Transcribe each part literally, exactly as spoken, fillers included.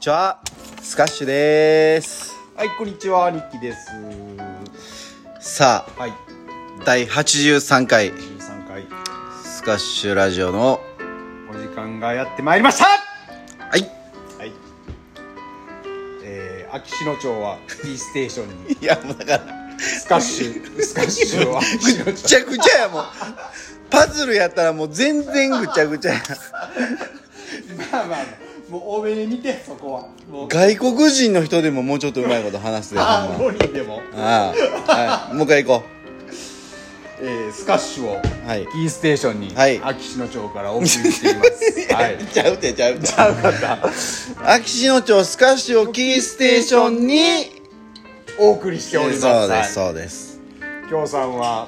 ちは、スカッシュです。 はい、こんにちは、ニッキです。 さあ、 はい、 だいはちじゅうさんかいはちじゅうさんかいスカッシュラジオのお時間がやってまいりました。 はいはい、えー、秋篠町はキーステーションにいやもうだからスカッシュスカッシュはぐっちゃぐちゃやもうパズルやったらもう全然ぐちゃぐちゃやまあまあもう多めに見て、そこはもう外国人の人でももうちょっとうまいこと話すで。 ああ、ごにんでもああ、はい、もう一回行こう、えー、スカッシュをはいキーステーションに、 はい、 秋篠町からお送りしていますはい、ちゃうてちゃうてちゃうかった秋篠町スカッシュをキーステーションにお送りしております。 そうですそうです。 きょうさんは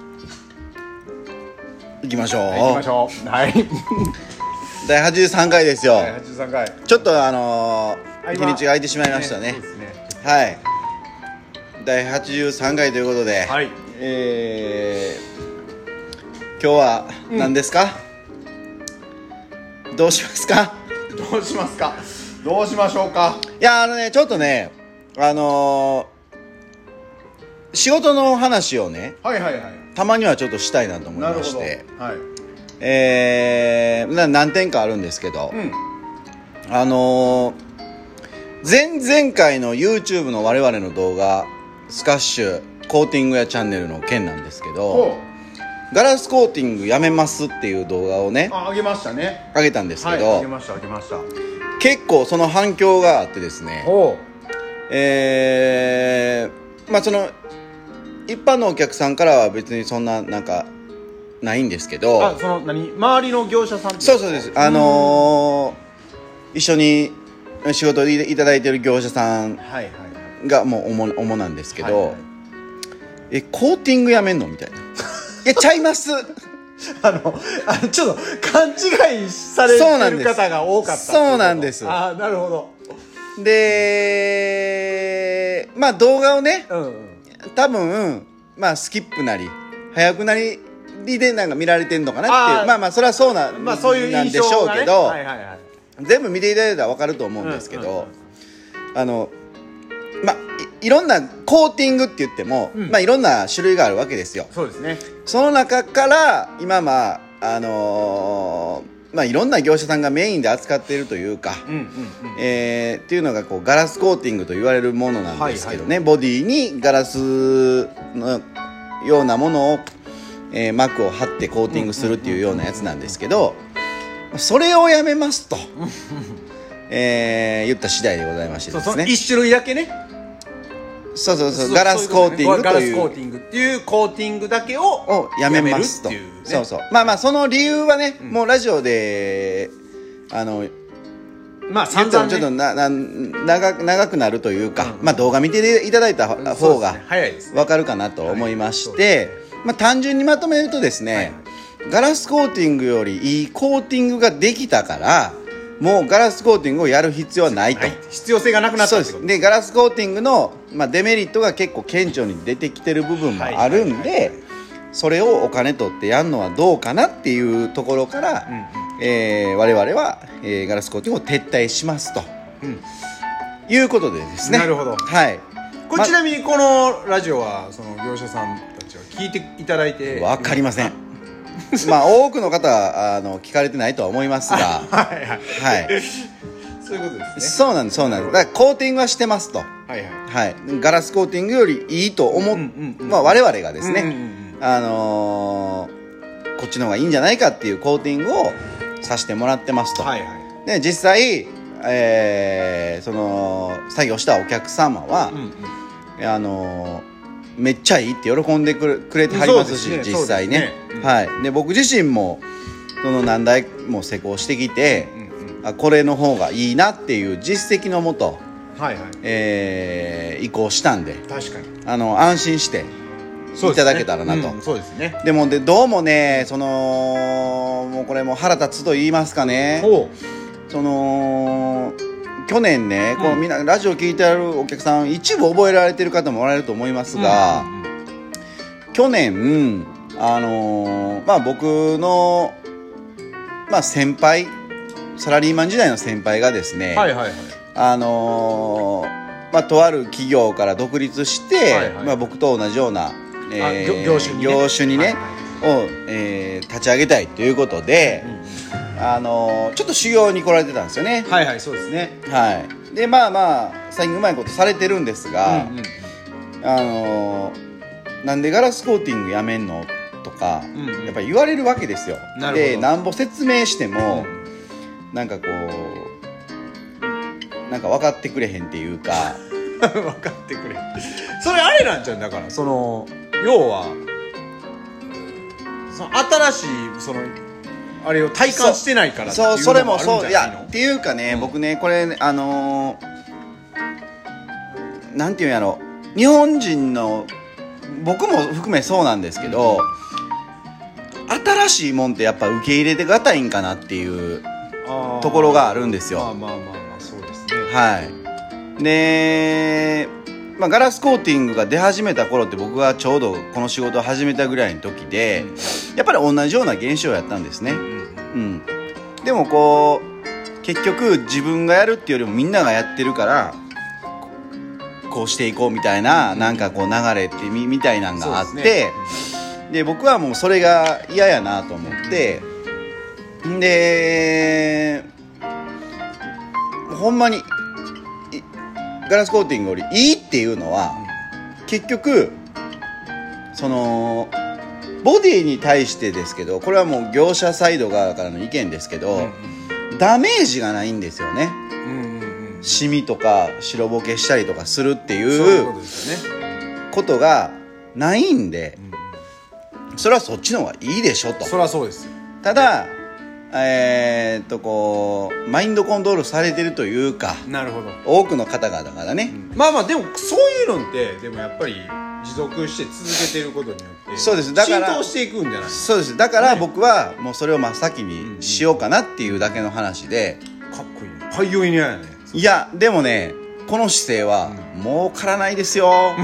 行きましょう、 はい、行きましょう。はいだいはちじゅうさんかいですよ。 だいはちじゅうさんかいちょっとあのー、日にちが空いてしまいましたね。 そうですね。 はい。だいはちじゅうさんかいということで、 はい、 えー、今日は何ですか、うん、どうしますかどうしますかどうしましょうか。 いやあのねちょっとねあのー、仕事の話をね、 はいはいはい、 たまにはちょっとしたいなと思いまして、 はい、 えー、な何点かあるんですけど、うん、あのー、前々回の YouTube の我々の動画スカッシュコーティングやチャンネルの件なんですけど、ガラスコーティングやめますっていう動画をねあ、あげましたね。 あげたんですけど、 はい、あげましたあげました。 結構その反響があってですね、えー、まあその一般のお客さんからは別にそんななんかないんですけど、 あ、その何周りの業者さんってそうそうです。あのー、一緒に仕事でいただいてる業者さんがもう 主, 主なんですけど、はいはい、えコーティングやめんのみたいな。いやちゃいますあのあのちょっと勘違いされてる方が多かった。 そうなんです。 あ、なるほど。 でまあ動画をね、うんうん、多分まあスキップなり早くなりでなんか見られてんのかなっていう、まあまあそれはそうな、まあ、そういうなんでしょうけど、はいはいはい、全部見ていただいたら分かると思うんですけど、うんうんうん、あのまあ い, いろんなコーティングって言っても、うん、まあいろんな種類があるわけですよ。 そうですね。 その中から今まああのー、まあいろんな業者さんがメインで扱っているというか、うんうんうん、えー、っていうのがこうガラスコーティングと言われるものなんですけどね、はいはい、ボディにガラスのようなものをえー、膜を貼ってコーティングするっていうようなやつなんですけど、それをやめますと、えー、言った次第でございましてですね。 そうそう、一種類だけね。 そうそうそう、ガラスコーティングという、ガラスコーティングっていうコーティングだけををやめますと、ね、そうそう、まあまあその理由はね、うん、もうラジオであのまあ散々ね、 ちょっとなな 長, 長くなるというか、うん、まあ動画見ていただいた方が分かるかなと思いまして、まあ、単純にまとめるとですね、はいはい、ガラスコーティングよりいいコーティングができたからもうガラスコーティングをやる必要はないと、はい、 必要性がなくなったってこと。 そうです。でガラスコーティングの、まあ、デメリットが結構顕著に出てきてる部分もあるんで、それをお金取ってやるのはどうかなっていうところから、うんうん、えー、我々は、えー、ガラスコーティングを撤退しますと、うん、いうことでですね。 なるほど。 はい。 これちなみにこのラジオはその業者さんたちは聞いていただいて分かりませんまあ多くの方はあの聞かれてないとは思いますがはいはい、はい、 そういうことですね。 そうなんですそうなんです。だからコーティングはしてますと、はいはいはい、ガラスコーティングよりいいと思っ、うんうんうん、まあ、我々がですね、うんうんうん、あのー、こっちの方がいいんじゃないかっていうコーティングをさせてもらってますと、はいはい、で実際、えー、その作業したお客様は、うんうん、あのーめっちゃいいって喜んでく れ, くれてはりますし、ね、実際ね、うん、はい。で僕自身もその何台も施工してきて、うんうん、あこれの方がいいなっていう実績のもと、はいはい、えー、移行したんで、 確かにあの安心していただけたらなと。 そうですね。 でもでどうもね、そのもうこれも腹立つと言いますかね、その去年ね、うん、こうみんなラジオ聞いてあるお客さん一部覚えられてる方もおられると思いますが、うんうんうん、去年あのー、まあ僕のまあ先輩サラリーマン時代の先輩がですね、 はいはいはい、 あのー、まあとある企業から独立して、はいはい、まあ、僕と同じような、 えー、業種にね、 業種にね、はいはい、を、えー、立ち上げたいということで、うん、あのー、ちょっと修行に来られてたんですよね。 はいはい、そうですね。 はい。でまあまあ最近うまいことされてるんですが、うんうん、あのー、なんでガラスコーティングやめんのとか、うんうん、やっぱり言われるわけですよ。でなんぼ説明しても、うん、なんかこうなんか分かってくれへんっていうか分かってくれへんそれあれなんちゃう。だからその要はその新しいそのあれを体感してないからっていうのもあるんじゃないの。そう、それもそう。いやっていうかね、うん、僕ねこれあのー、なんていうんやろ、日本人の僕も含めそうなんですけど、うん、新しいもんってやっぱ受け入れてがたいんかなっていうところがあるんですよ。 まあまあまあまあそうですね。 はい。で、まあ、ガラスコーティングが出始めた頃って僕がちょうどこの仕事を始めたぐらいの時で、うん、やっぱり同じような現象やったんですね。うん、でもこう結局自分がやるっていうよりもみんながやってるからこうしていこうみたいな、うん、なんかこう流れって み, みたいなのがあって、で、で僕はもうそれが嫌やなと思って、でほんまにガラスコーティングよりいいっていうのは、うん、結局そのボディに対してですけど、これはもう業者サイド側からの意見ですけど、うんうん、ダメージがないんですよね、うんうんうん、シミとか白ボケしたりとかするっていうことがないんで、うん、それはそっちの方がいいでしょと。 そりゃそうですよ。 ただえー、っとこうマインドコントロールされてるというか、 なるほど、 多くの方々からね、 うん、まあまあでもそういうのってでもやっぱり持続して続けてることによってそうです。だから浸透していくんじゃない。 そうです。だから僕はもうそれを真っ先にしようかなっていうだけの話で、 うん、かっこいいね。パイオニアやね。 いやでもねこの姿勢は儲からないですよ、うん、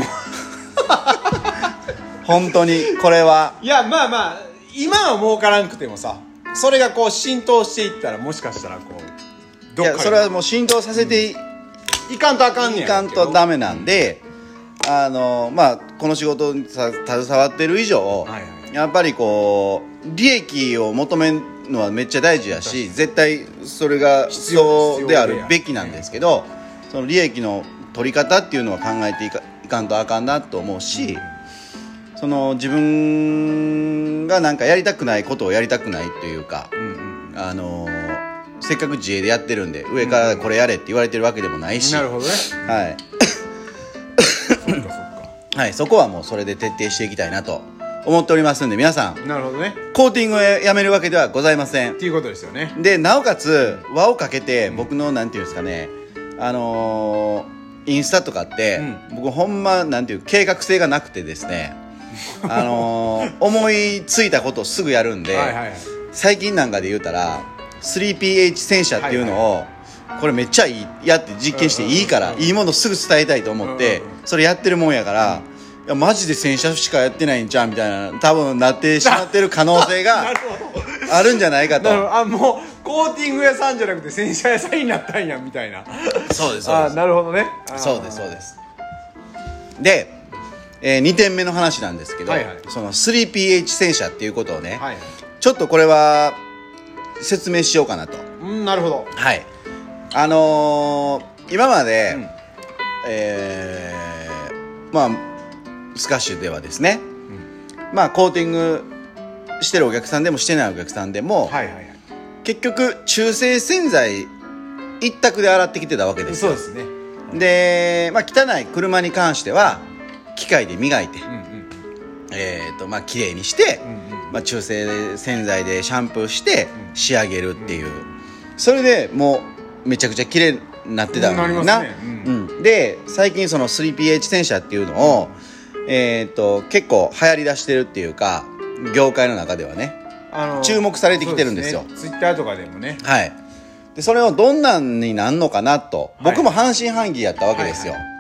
本当にこれは。 いやまあまあ今は儲からんくてもさ、それがこう浸透していったらもしかしたらこうどっかいやそれはもう浸透させて い,、 うん、いかんとあかんねやいかんとダメなんで、あのまあこの仕事に携わってる以上、はいはい、やっぱりこう利益を求めるのはめっちゃ大事やし、絶対それが必要であるべきなんですけど、その利益の取り方っていうのは考えてい か, いかんとあかんなと思うし、うん、その自分がなんかやりたくないことをやりたくないというか、うんうん、あのせっかく自営でやってるんで上からこれやれって言われてるわけでもないし、 なるほどね。 はいそっかそっかはい、そこはもうそれで徹底していきたいなと思っておりますんで、皆さん、 なるほどね、 コーティングをやめるわけではございませんっていうことですよね。 でなおかつ輪をかけて僕のなんていうんですかね、あのー、インスタとかって、うん、僕ほんまなんていう計画性がなくてですねあのー、思いついたことをすぐやるんで、はいはいはい、最近なんかで言うたら スリーピーエイチ 戦車っていうのを、はいはい、これめっちゃいいやって実験していいから、うんうんうん、いいものすぐ伝えたいと思って、うんうん、それやってるもんやから、いやマジで戦車しかやってないんちゃうみたいな多分なってしまってる可能性があるんじゃないかとあもうコーティング屋さんじゃなくて戦車屋さんになったんやみたいな。 そうですそうですあなるほどね。 そうですそうです。で、えー、にてんめの話なんですけど、はいはい、その スリーピーエイチ 戦車っていうことをね、はいはい、ちょっとこれは説明しようかなと。 うんなるほど。 はい、あのー、今まで、うんえー、まあスカッシュではですね、うん、まあコーティングしてるお客さんでもしてないお客さんでも、はいはいはい、結局中性洗剤一択で洗ってきてたわけですよ。 そうですね。 で、まあ、汚い車に関しては機械で磨いて、うんうんえーとまあ綺麗にして、うんうんまあ、中性洗剤でシャンプーして仕上げるっていう、うんうん、それでもうめちゃくちゃ綺麗になってたのにな、うんうんうん、で最近その スリーピーエイチ 洗車っていうのを、えー、と結構流行り出してるっていうか業界の中ではね、あのー、注目されてきてるんですよ。 ツイッターとかでもね。 はい。でそれをどんなんになんのかなと、僕も半信半疑やったわけですよ、はいはい、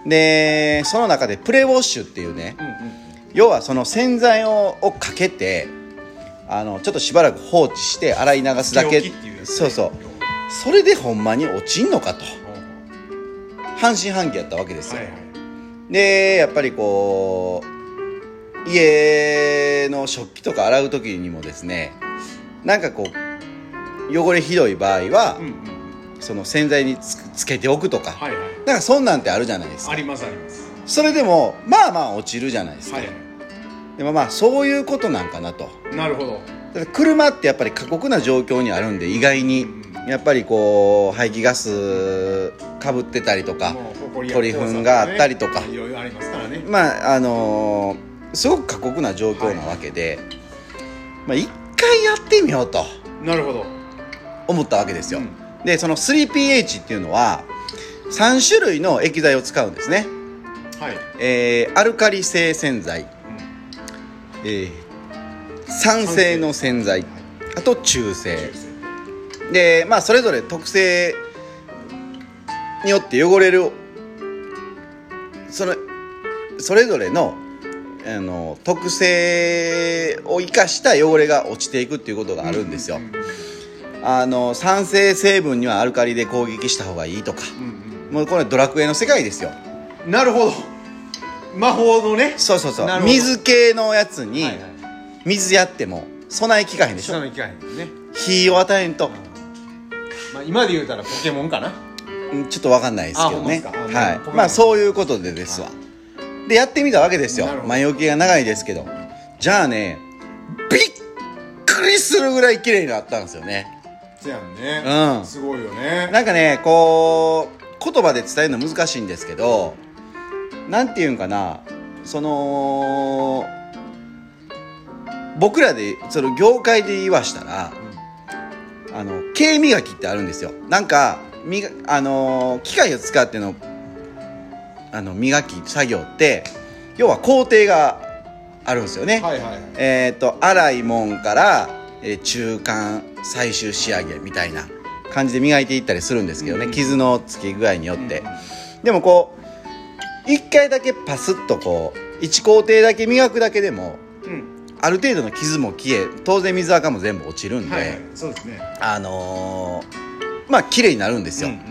でその中でプレウォッシュっていうね、うんうん、要はその洗剤ををかけてあのちょっとしばらく放置して洗い流すだけっていう、ね、そうそうそれでほんまに落ちんのかと半信半疑やったわけですよ、はいはい、でやっぱりこう家の食器とか洗う時にもですねなんかこう汚れひどい場合は、うんうん、その洗剤に つ, つけておくとか、はいはい、なんかそんなんってあるじゃないですか。 ありますあります。 それでもまあまあ落ちるじゃないですか、はいはい、でもまあそういうことなんかなと。 なるほど。 だから車ってやっぱり過酷な状況にあるんで意外にやっぱりこう排気ガスかぶってたりとか鳥糞があったりとか、 いろいろありますからね。 まああのー、すごく過酷な状況なわけで、はい、まあ一回やってみようとなるほど思ったわけですよ、うん、でその スリーピーエイチ っていうのはさん種類の液剤を使うんですね、はいえー、アルカリ性洗剤、うんえー、酸性の洗剤、あと中性で、まあそれぞれ特性によって汚れるそのそれぞれのあの特性を生かした汚れが落ちていくっていうことがあるんですよ、うんうん、あの酸性成分にはアルカリで攻撃した方がいいとか、うんうん、もうこれドラクエの世界ですよ。 なるほど。魔法のね。 そうそうそう。水系のやつに水やっても備え効かへんでしょ。 備え効かへんね。 火を与えんと、 まあ、今で言うたらポケモンかな。 ちょっと分かんないですけどね。はい。まあそういうことでですわ。でやってみたわけですよ。前置きが長いですけど、じゃあねびっくりするぐらい綺麗になったんですよね。 そうやんね、うん、すごいよね。 なんかねこう言葉で伝えるの難しいんですけど、なんていうんかな、その僕らでその業界で言わしたら、うん、あの軽磨きってあるんですよ。なんかみあの機械を使ってのあの磨き作業って要は工程があるんですよね、はいはいはい、えっと粗いもんから、えー、中間最終仕上げみたいな感じで磨いていったりするんですけどね、うん、傷のつき具合によって、うん、でもこう一回だけパスッとこう一工程だけ磨くだけでも、うん、ある程度の傷も消え当然水垢も全部落ちるんで、はいはい、 そうですね、 あのー、まあ綺麗になるんですよ、うんうん、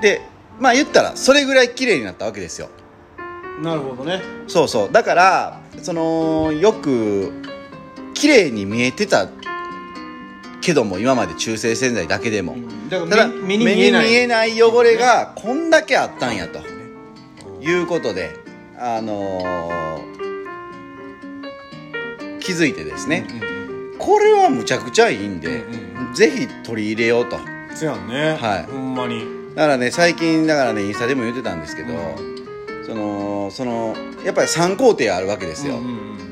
でまあ言ったらそれぐらい綺麗になったわけですよ。 なるほどね。 そうそう。だからそのよく綺麗に見えてたけども今まで中性洗剤だけでも、うん、だから目に見えない、目に見えない汚れがこんだけあったんやと、うん、いうことであのー、気づいてですね、うんうん、これはむちゃくちゃいいんで、うんうん、ぜひ取り入れようと。 そうやんね、はい、ほんまに。 だからね最近だからねインスタでも言ってたんですけど、うん、そのそのやっぱりさん工程あるわけですよ、うんうんうん、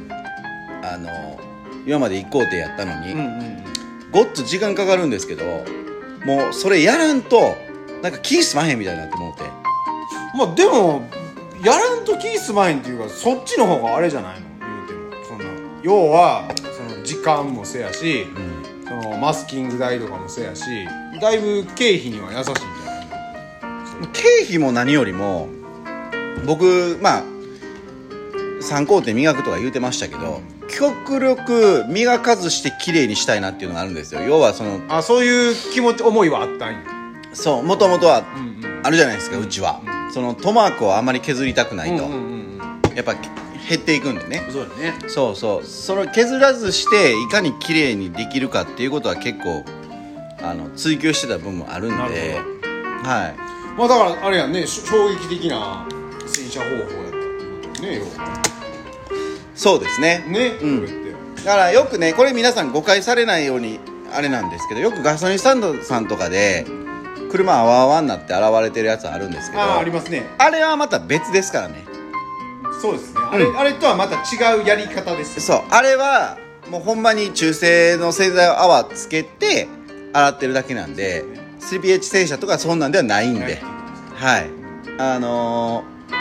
あの今までいち工程やったのに、うんうんうん、ごっつ時間かかるんですけどもうそれやらんとなんか気済まへんみたいになって思って。 まあでもやらんと気済まへんっていうかそっちの方があれじゃないの言うてもそんな要はその時間もせやし、うん、そのマスキング代とかもせやしだいぶ経費には優しいんじゃないの。 経費も何よりも僕まあさん工程磨くとか言うてましたけど、うん、極力磨かずして綺麗にしたいなっていうのがあるんですよ。要はそのあそういう気持ち思いはあったんや。 そうもともとはあるじゃないですか、うんうん、うちは、うん、そのトマークをあまり削りたくないと、うんうんうん、やっぱ減っていくんでね。 そうだね。 そうそうその削らずしていかに綺麗にできるかっていうことは結構あの追求してた部分もあるんで、はい。 まあだからあれやんね衝撃的な洗車方法やったってことね。 そうですね。 ね、 うん、だからよくねこれ皆さん誤解されないようにあれなんですけどよくガソリンスタンドさんとかで車あわあわになって現れてるやつあるんですけど、 あありますね。 あれはまた別ですからね。 そうですね、あれ、うん、あれとはまた違うやり方です、ね、 そうあれはもうほんまに中性の洗剤を泡つけて洗ってるだけなんで スリーピーエイチ 洗車とかそんなんではないんで、はい、あの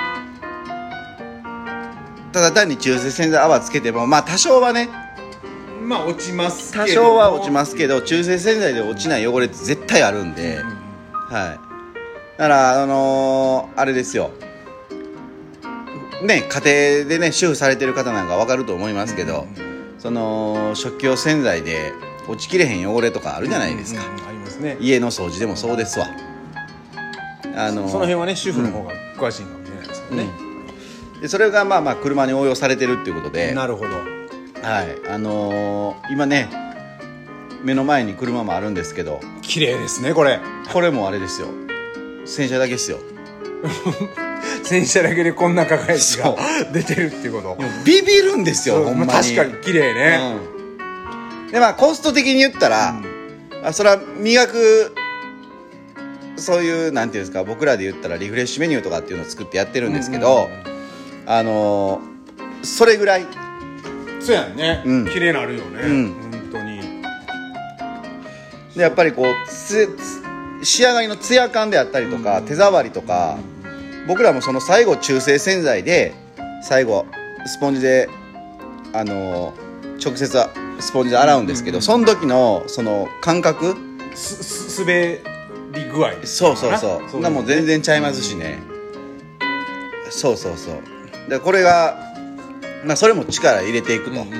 ー、ただ単に中性洗剤泡つけてもまあ多少はねまあ落ちますけど多少は落ちますけど中性洗剤で落ちない汚れって絶対あるんで、うん、はい。だからあのー、あれですよね、家庭でね主婦されてる方なんか分かると思いますけど、うんうん、その食器用洗剤で落ちきれへん汚れとかあるじゃないですか、うんうんうん、ありますですね、 家の掃除でもそうですわ。 あのー、その辺はね主婦の方が詳しいかもしれないですけどね、 うん、でそれがまあまあ車に応用されてるっていうことで、 なるほど、 はいあのー、今ね目の前に車もあるんですけど、 綺麗ですねこれ。 これもあれですよ、洗車だけですよ洗車だけでこんな輝きが出てるっていうこと、 ビビるんですよほんまに、 まあ、確かに綺麗ね、 うん、でまあコスト的に言ったら、うん、あそれは磨くそういうなんていうんですか、僕らで言ったらリフレッシュメニューとかっていうのを作ってやってるんですけど、うん、あのー、それぐらいそうやんね、うん、綺麗になるよね、うん、本当に。 でやっぱりこうつつ仕上がりのツヤ感であったりとか、うん、手触りとか、うん、僕らもその最後中性洗剤で最後スポンジであのー、直接スポンジで洗うんですけど、うん、その時のその感覚すす滑り具合、 そうそうそう、そんなもん全然ちゃいますしね、うん、そうそうそう。でこれがまあそれも力入れていくと、うんうん、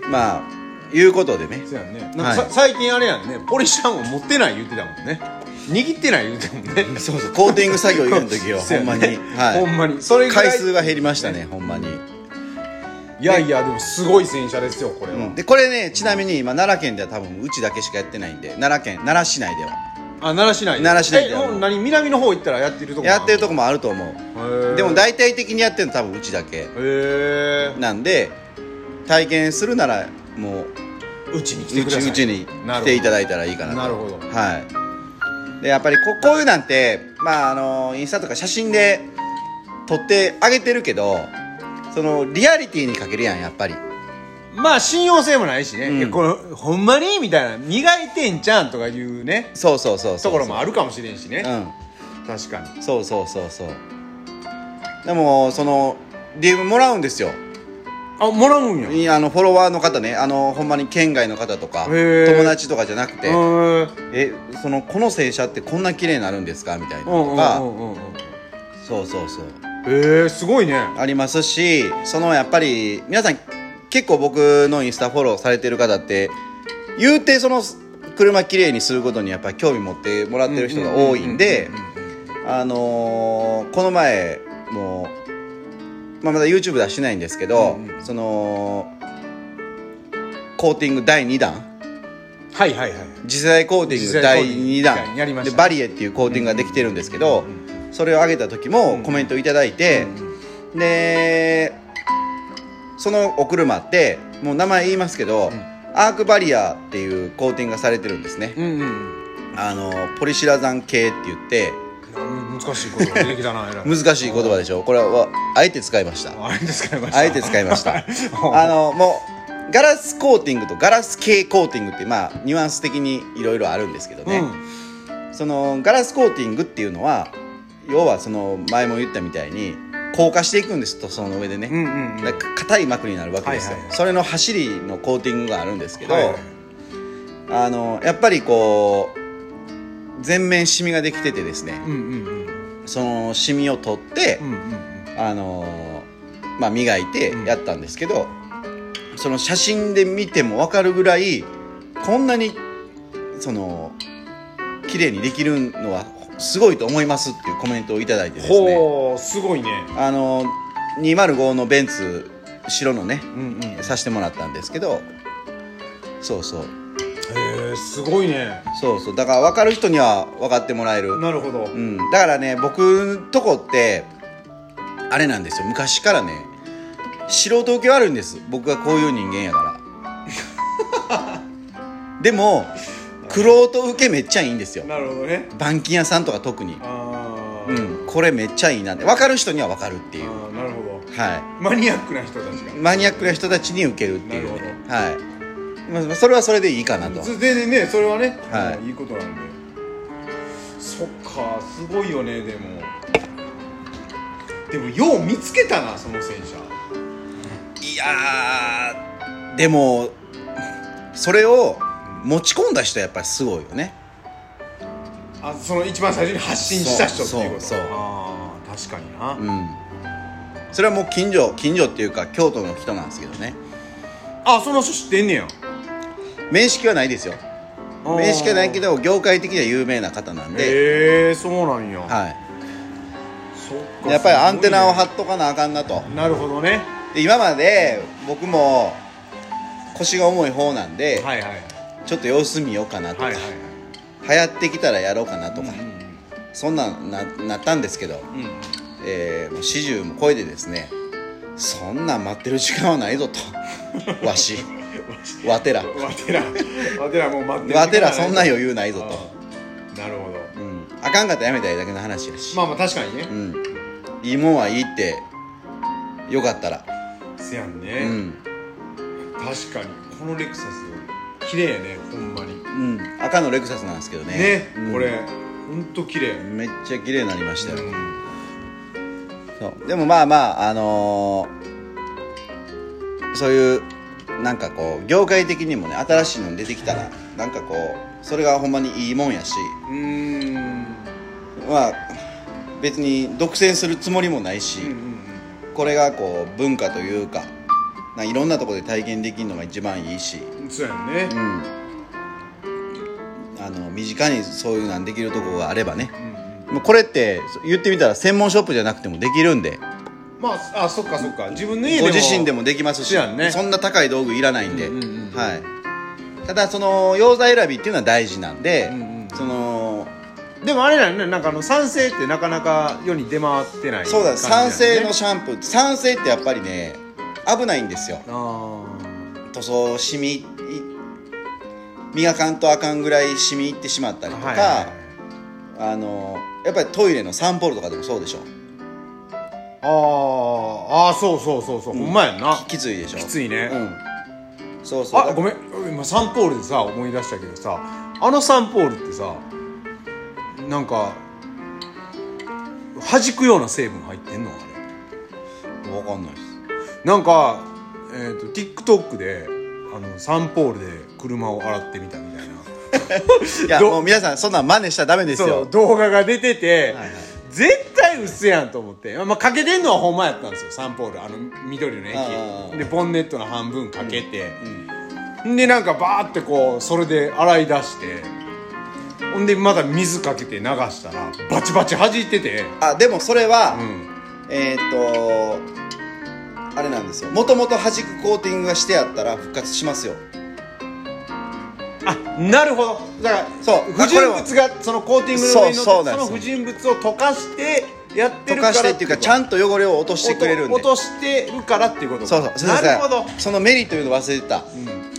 まあいうことでね。 そうやね。なんか、はい、最近あれやんね、ポリッシャーも持ってない言ってたもんね。握ってない言ってたもんね。 そうそう、コーティング作業入れる時はほんまに、 はい、ほんまにそれぐらい回数が減りましたね、ほんまに。 いやいやでもすごい洗車ですよこれは、うん、 でこれねちなみに今奈良県では多分うちだけしかやってないんで、奈良県奈良市内ではあ奈良市内で奈良市内ではえ何南の方行ったらやってるとこやってるとこもあると思う。でも大体的にやってるの多分うちだけなんで、体験するならもううちに来てください、 うちに来ていただいたらいいかなと。 なるほど、 はい。でやっぱり こ, こういうなんてまああのインスタとか写真で撮ってあげてるけど、そのリアリティに欠けるやんやっぱり。 まあ信用性もないしね、うん、これほんまにみたいな磨いてんちゃんとかいうね、 そうそうそうそうところもあるかもしれんしね、 うん、 確かにそうそうそうそう。でもその ディーエム もらうんですよ。 あ、もらうんや。 いやあのフォロワーの方ね、あのほんまに県外の方とか友達とかじゃなくて、えそのこの洗車ってこんな綺麗になるんですかみたいなとか、そうそうそう、 へえすごいね、 ありますし、そのやっぱり皆さん結構僕のインスタフォローされてる方って言うてその車きれいにすることにやっぱり興味持ってもらってる人が多いんで、あのー、この前もう、まあ、まだ YouTube 出してないんですけど、うんうん、そのコーティングだいにだん、 はいはいはい、 次世代コーティングだいにだんやりました、 でバリエっていうコーティングができてるんですけど、うんうん、それを上げた時もコメントいただいて、うんうん、でそのお車ってもう名前言いますけど、うん、アークバリアっていうコーティングがされてるんですね、うんうん、あのポリシラザン系って言って、 難しい言葉出てきたな難しい言葉でしょ。これはあえて使いましたあえて使いましたあえて使いましたあのもうガラスコーティングとガラス系コーティングってまあニュアンス的にいろいろあるんですけどね、うん、そのガラスコーティングっていうのは要はその前も言ったみたいに硬化していくんですと、その上でね、うんうんうん、だから硬い膜になるわけですよ、はいはいはい、それの走りのコーティングがあるんですけど、はいはい、あのやっぱりこう全面シミができててですね、うんうんうん、そのシミを取って、うんうんうん、あのまあ、磨いてやったんですけど、うん、その写真で見ても分かるぐらいこんなにその綺麗にできるのはすごいと思いますっていうコメントをいただいてですね、 ほうすごいね。 あのにまるごのベンツ白のね、うんうん、させてもらったんですけど、そうそう、 へえすごいね。 そうそう、だから分かる人には分かってもらえる。 なるほど、 うん、だからね僕んとこってあれなんですよ、昔からね素人受け悪いんです、僕がこういう人間やからでも玄人受けめっちゃいいんですよ。 なるほどね。 板金屋さんとか特に、あ、うん、これめっちゃいいなって分かる人には分かるっていう。 あ、なるほど、 はい、 マニアックな人たちがマニアックな人たちに受けるっていう、ね、はい、まあ、それはそれでいいかなと。 全然ねそれはね、 はい、 いいことなんで。そっかすごいよね。でもでもよう見つけたなその洗車。 いやーでもそれを持ち込んだ人はやっぱりすごいよね。 あ、その一番最初に発信した人っていうこと。 そうそうそう、 あ確かにな、 うん、それはもう近所近所っていうか京都の人なんですけどね。 あ、その人知ってんねや。 面識はないですよ。 面識はないけど業界的には有名な方なんで。 へえ、そうなんや。 はい。 そっか、 やっぱりアンテナを張っとかなあかんなと。 なるほどね。 で今まで僕も腰が重い方なんで、 はいはいはい、 ちょっと様子見ようかなとか、はいはいはい、流行ってきたらやろうかなとか、うんうんうん、そんなん な, なったんですけど、うんえー、もう始終も超えてですね、そんなん待ってる時間はないぞとわしわてらわてらわてらもう待ってる時間はないぞ、 わてらそんな余裕ないぞと。 なるほど、 うん、あかんかったらやめたらいいだけの話やし、 まあまあ確かにね、 うん、いいもんはいいってよかったらせやんね、うん、確かにこのレクサス綺麗やね、ほんまに、 うん、赤のレクサスなんですけどね、 ね、 うん、 これほんと綺麗、 めっちゃ綺麗になりましたよ、うん、そうでもまあまああのー、そういうなんかこう業界的にもね新しいの出てきたらなんかこうそれがほんまにいいもんやし、うーんまあ別に独占するつもりもないし、うんうんうん、これがこう文化というかなんかいろんなところで体験できるのが一番いいし、 そうやね、うん、 あの身近にそういうなんできるところがあればね、うんうん、これって言ってみたら専門ショップじゃなくてもできるんで、 まあ、あ、そっかそっか、自分の家でもご自身でもできますし、ね、そんな高い道具いらないんで、うんうんうん、はい、ただその溶剤選びっていうのは大事なんで、うんうん、そのでもあれなんね、なんかあの酸性ってなかなか世に出回ってない、ね、 そうだ、酸性のシャンプー、酸性ってやっぱりね危ないんですよ。あ塗装シミ磨かんとあかんぐらいシミいってしまったりとか、はいはいはい、あのやっぱりトイレのサンポールとかでもそうでしょ。 ああ、そうそうそうそう、うん、ほんまやんな。 きついでしょ。 きついね、うん、 そうそう。 あ、ごめん、今サンポールでさ思い出したけどさ、あのサンポールってさなんか弾くような成分入ってんのあれ。分かんないです。 なんか、えー、と TikTok であのサンポールで車を洗ってみたみたいないやもう皆さんそんなん真似したらダメですよ。 そう動画が出てて、はいはい、絶対嘘やんと思って、まあ、かけてんのはほんまやったんですよ。サンポールあの緑の液でボンネットの半分かけて、うんうん、でなんかバーってこうそれで洗い出して、ほんでまた水かけて流したらバチバチ弾いてて、 あでもそれは、うん、えー、っとあれなんですよ。もともと弾くコーティングがしてあったら復活しますよ。 あ、なるほど。だからそう不純物がそのコーティングの上に乗って、その不純物を溶かしてやってるから、 溶かしてっていうかちゃんと汚れを落としてくれるんで、 落としてるからっていうことか。 そうそう。 なるほど。 そのメリットというの忘れてた、うん、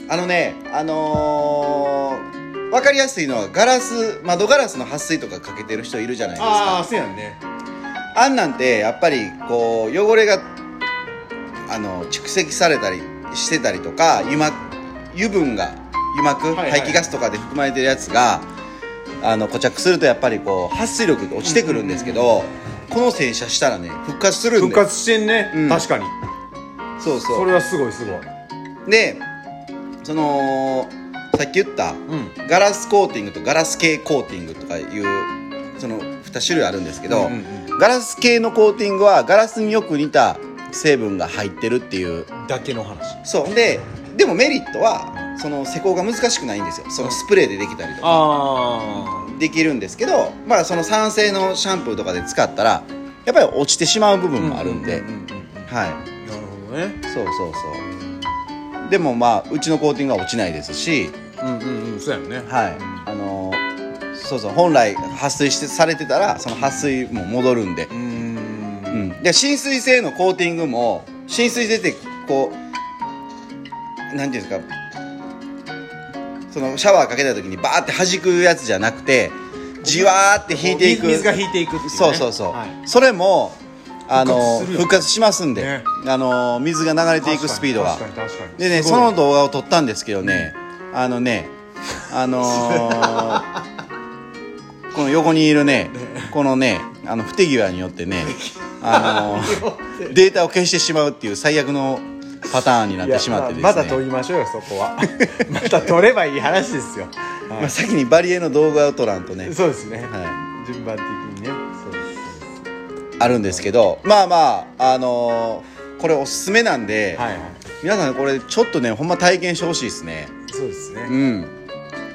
あのねあのー、分かりやすいのはガラス窓ガラスの撥水とかかけてる人いるじゃないですか。 ああそうやんね。 あんなんてやっぱりこう汚れがあの蓄積されたりしてたりとか、油膜油分が油膜、はいはい、排気ガスとかで含まれてるやつがあの固着するとやっぱりこう撥水力が落ちてくるんですけど、うんうんうん、この洗車したらね復活するんで。 復活してんね、うん、確かに。 そうそう、 それはすごいすごい。でそのさっき言った、うん、ガラスコーティングとガラス系コーティングとかいうそのに種類あるんですけど、うんうんうん、ガラス系のコーティングはガラスによく似た成分が入ってるっていうだけの話。 そうで、でもメリットはその施工が難しくないんですよ。そのスプレーでできたりとか、あできるんですけど、まあその酸性のシャンプーとかで使ったらやっぱり落ちてしまう部分もあるんで、はい。なるほどね。 そうそうそう。でもまあうちのコーティングは落ちないですし、 うんうんうん、そうやね。 はい。あのー、そうそう、本来撥水してされてたらその撥水も戻るんで。うんうん、で浸水性のコーティングも浸水性ってこうなんていうんですか、そのシャワーかけた時にバーって弾くやつじゃなくてじわーって引いていく、 水が引いていくっていうね。 そうそうそう、はい、それもあの復活しますんで、ね、あの水が流れていくスピードが。でね、その動画を撮ったんですけどね、あのねあのー、この横にいるねこのねあの不手際によってねあのデータを消してしまうっていう最悪のパターンになってしまってですね。 まだ撮りましょうよそこはまた撮ればいい話ですよ、 はい、まあ、先にバリエの動画を撮らんとね。 そうですね、はい、順番的にね。そうですそうですあるんですけど、まあまああのー、これおすすめなんで、はいはい、皆さんこれちょっとねほんま体験してほしいですね。 そうですね、 うん、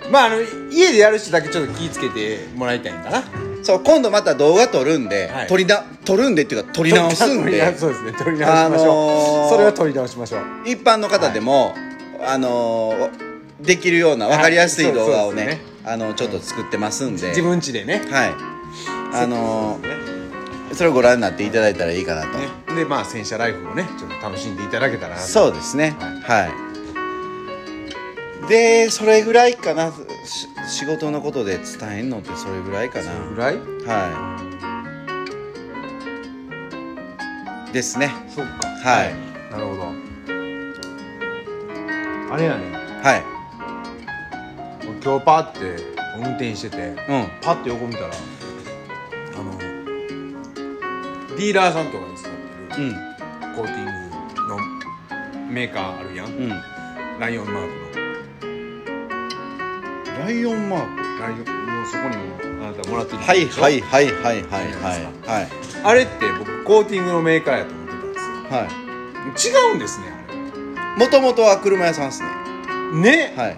まああの家でやる人だけちょっと気ぃつけてもらいたいんかな。 そう今度また動画撮るんで、はい、撮りな撮るんでっていうか撮り直すんでそうですね撮り直しましょう、あのー、それは撮り直しましょう。 一般の方でも、はい、あのー、できるような分かりやすい動画をね、はい、あのちょっと作ってますんで、 自分家でね、 はいあのーそれをご覧になっていただいたらいいかなと、ね、 でまあ戦車ライフをねちょっと楽しんでいただけたらなと。 そうですね、はい、はい、でそれぐらいかな。仕事のことで伝えんのってそれぐらいかな。それぐらいはいですね。 そうか、 はい、はい、 なるほど。あれやねはい、 今日パーって運転してて、うん、パッて横見たらあのディーラーさんとかに使ってる、うん、コーティングのメーカーあるやん、うん、ライオンマークのライオンマークライオンもうそこにもあなたもらってる。 はいはいはいはいはいはい、はい、 あれって僕コーティングのメーカーやと思ってたんですよ。はい、違うんですね。あれもともとは車屋さんですね。 ね、 はい。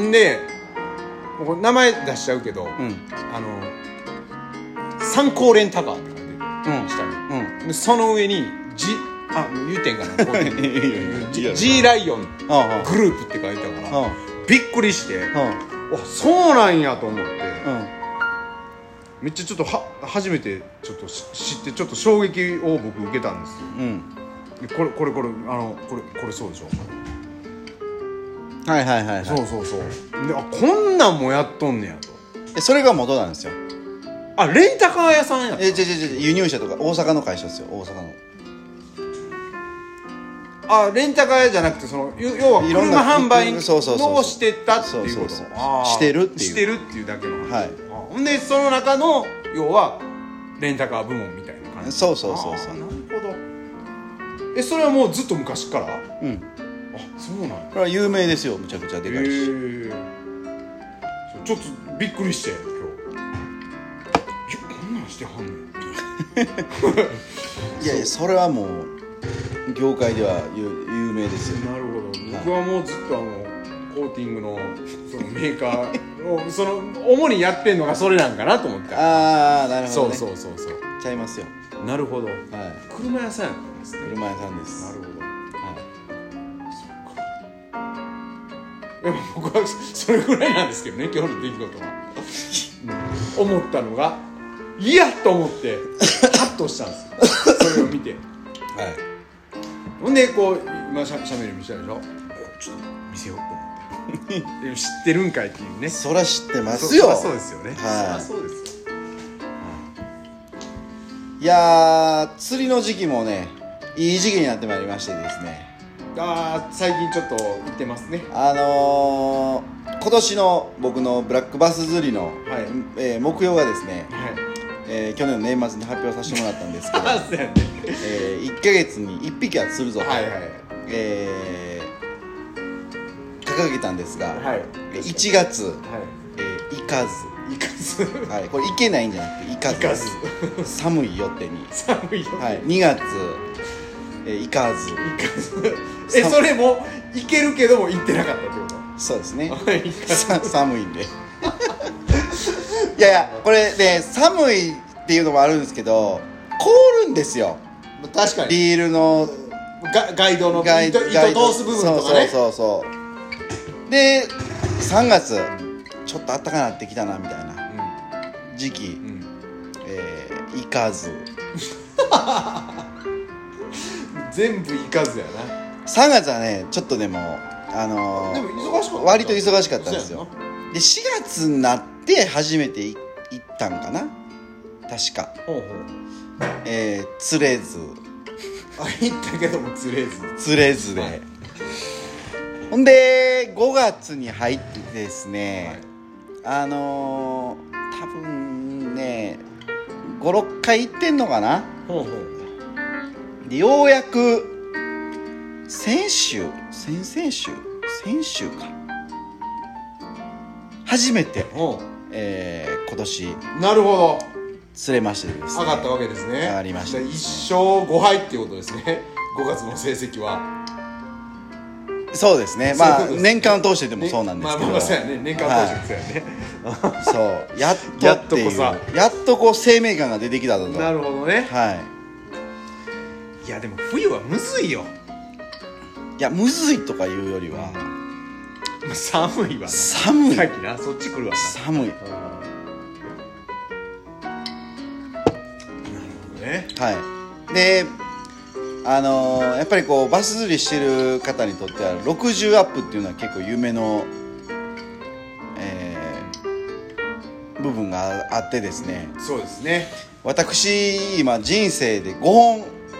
で僕名前出しちゃうけど、うん、あの参考レンタカーって書いてる、うん、下に、うん、でその上に G あ言うてんかなG ライオングループって書いてあるから、びっくりして、あそうなんやと思って、うん、めっちゃちょっとは初めてちょっと知ってちょっと衝撃を僕受けたんですよ、うん、でこれこれこれあのこれこれそうでしょ。 はいはいはい、はい、 そうそうそうで、あこんなんもやっとんねやと。 えそれが元なんですよ。 あレンタカー屋さんやった。 えじゃじゃじゃ輸入車とか大阪の会社ですよ。大阪のあレンタカー屋じゃなくてその要は車販売のをしてたっていうこと。 してるっていうしてるっていうだけの話。 はい。 ほんでその中の要はレンタカー部門みたいな感じ。 そうそうそうそう。 なるほど。えそれはもうずっと昔から。 うん。 あそうなんだ。 これは有名ですよ。むちゃくちゃでかいし。へーちょっとびっくりして今日。いやこんなんしてはんねん。 いやいやそれはもう業界では有名ですよ。 なるほど。僕はもうずっとあのコーティングのそのメーカーをその主にやってんのがそれなんかなと思って。 ああなるほど、ね、 そうそうそうそうちゃいますよ。 なるほど、はい、車屋さんやったんですね。 車屋さんです。 なるほど。でも僕はそれぐらいなんですけどね今日の出来事は思ったのがいやと思ってハッとしたんですよそれを見て。はいほんでこう今シャミル見したでしょ。ちょっと見せようと思って知ってるんかいっていうね。 そら知ってますよ。 そらそうですよね。 はいそらそうですよ、 うん、いやー釣りの時期もねいい時期になってまいりましてですね。 あ最近ちょっと行ってますね。 あのー、今年の僕のブラックバス釣りの、はいえー、目標がですね、はいえー、去年の年末に発表させてもらったんですけどそうやねえー、いっかげつにいっぴきは釣るぞと、はいはいえー、掲げたんですが、はい、いちがつ、はいえー、行かず行かず、 はい、これ行けないんじゃなくて行かず行かず寒いよってに寒いよってに、 はい、にがつ、えー、行かず行かずえそれも行けるけども行ってなかったってこと。 そうですね寒いんでいやいやこれね寒いっていうのもあるんですけど凍るんですよ。 確かにリールのガガイドのガイ糸、糸通す部分とかね。 そうそうそうそうでさんがつちょっと暖かくなってきたなみたいな時期、うんうんえー、行かず全部行かずやな。 さんがつはねちょっとでもあのー、 でも忙しかった。 割と忙しかったんですよ。でしがつになって初めて行ったんかな確か。ほうほうえー、釣れずあ行ったけども釣れず釣れずで、はい、ほんでごがつに入ってですね、はい、あのー、多分ねごろっかい行ってんのかな。ほうほうでようやく先週先々週先週か初めて、えー、今年なるほど釣れましてですね上がったわけですね。 上がりました。 いっしょうごはいっていうことですねごがつの成績は。 そうですね。まあ年間を通してでもそうなんですけど、 まあまあそうやね、年間を通してもそうやね、 そうやっとっていうやっとこやっとこう生命感が出てきたぞと。 なるほどね。 はい。 いやでも冬はむずいよ。 いやむずいとかいうよりは寒いわな。 寒い。 さっきなそっち来るわな。 寒い。 ね、 はい。であのー、やっぱりこうバス釣りしてる方にとってはろくじゅうアップっていうのは結構夢の、えー、部分があってですね。 そうですね。 私今人生でごほん、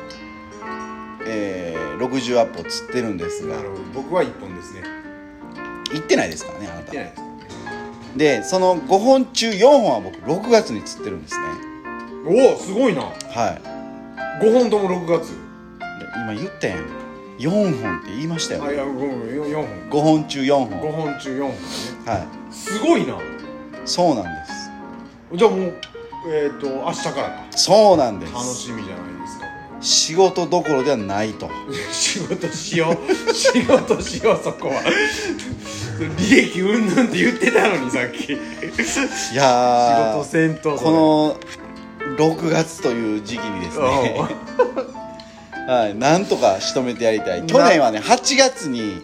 えー、ろくじゅうアップを釣ってるんですが、 なるほど。僕はいっぽんですね。 行ってないですからね、あなた。 行ってないですね。 でそのごほん中よんほんは僕ろくがつに釣ってるんですね。 おおすごいな。 はい。 ごほんともろくがつ。 今言ったやん、よんほんって言いましたよ。 あ、いや、ごほん、よんほん。 ごほん中よんほん。 ごほん中よんほんね。 はい。 すごいな。 そうなんです。 じゃあもうえっと明日からか。 そうなんです。 楽しみじゃないですか。 仕事どころではないと。 仕事しよう仕事しよう。そこは利益うんぬんって言ってたのにさっき。いや仕事せんとこのろくがつという時期にですねはい、なんとか仕留めてやりたい。去年はねはちがつに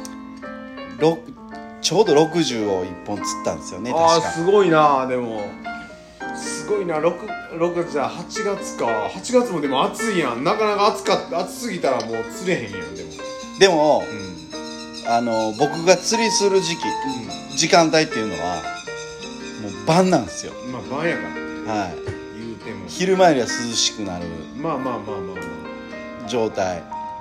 ちょうどろくじゅうをいっぽん釣ったんですよね。確か。 あーすごいな。でもすごいな。 6, 6月じゃはちがつか。はちがつもでも暑いやん。なかなか暑かった。暑すぎたらもう釣れへんやん。でもでも、 うん、 あの僕が釣りする時期、うん、時間帯っていうのはもう晩なんですよ。 まあ晩やからね。 はい。 言うても昼前よりは涼しくなるまあまあまあまあまあ状態、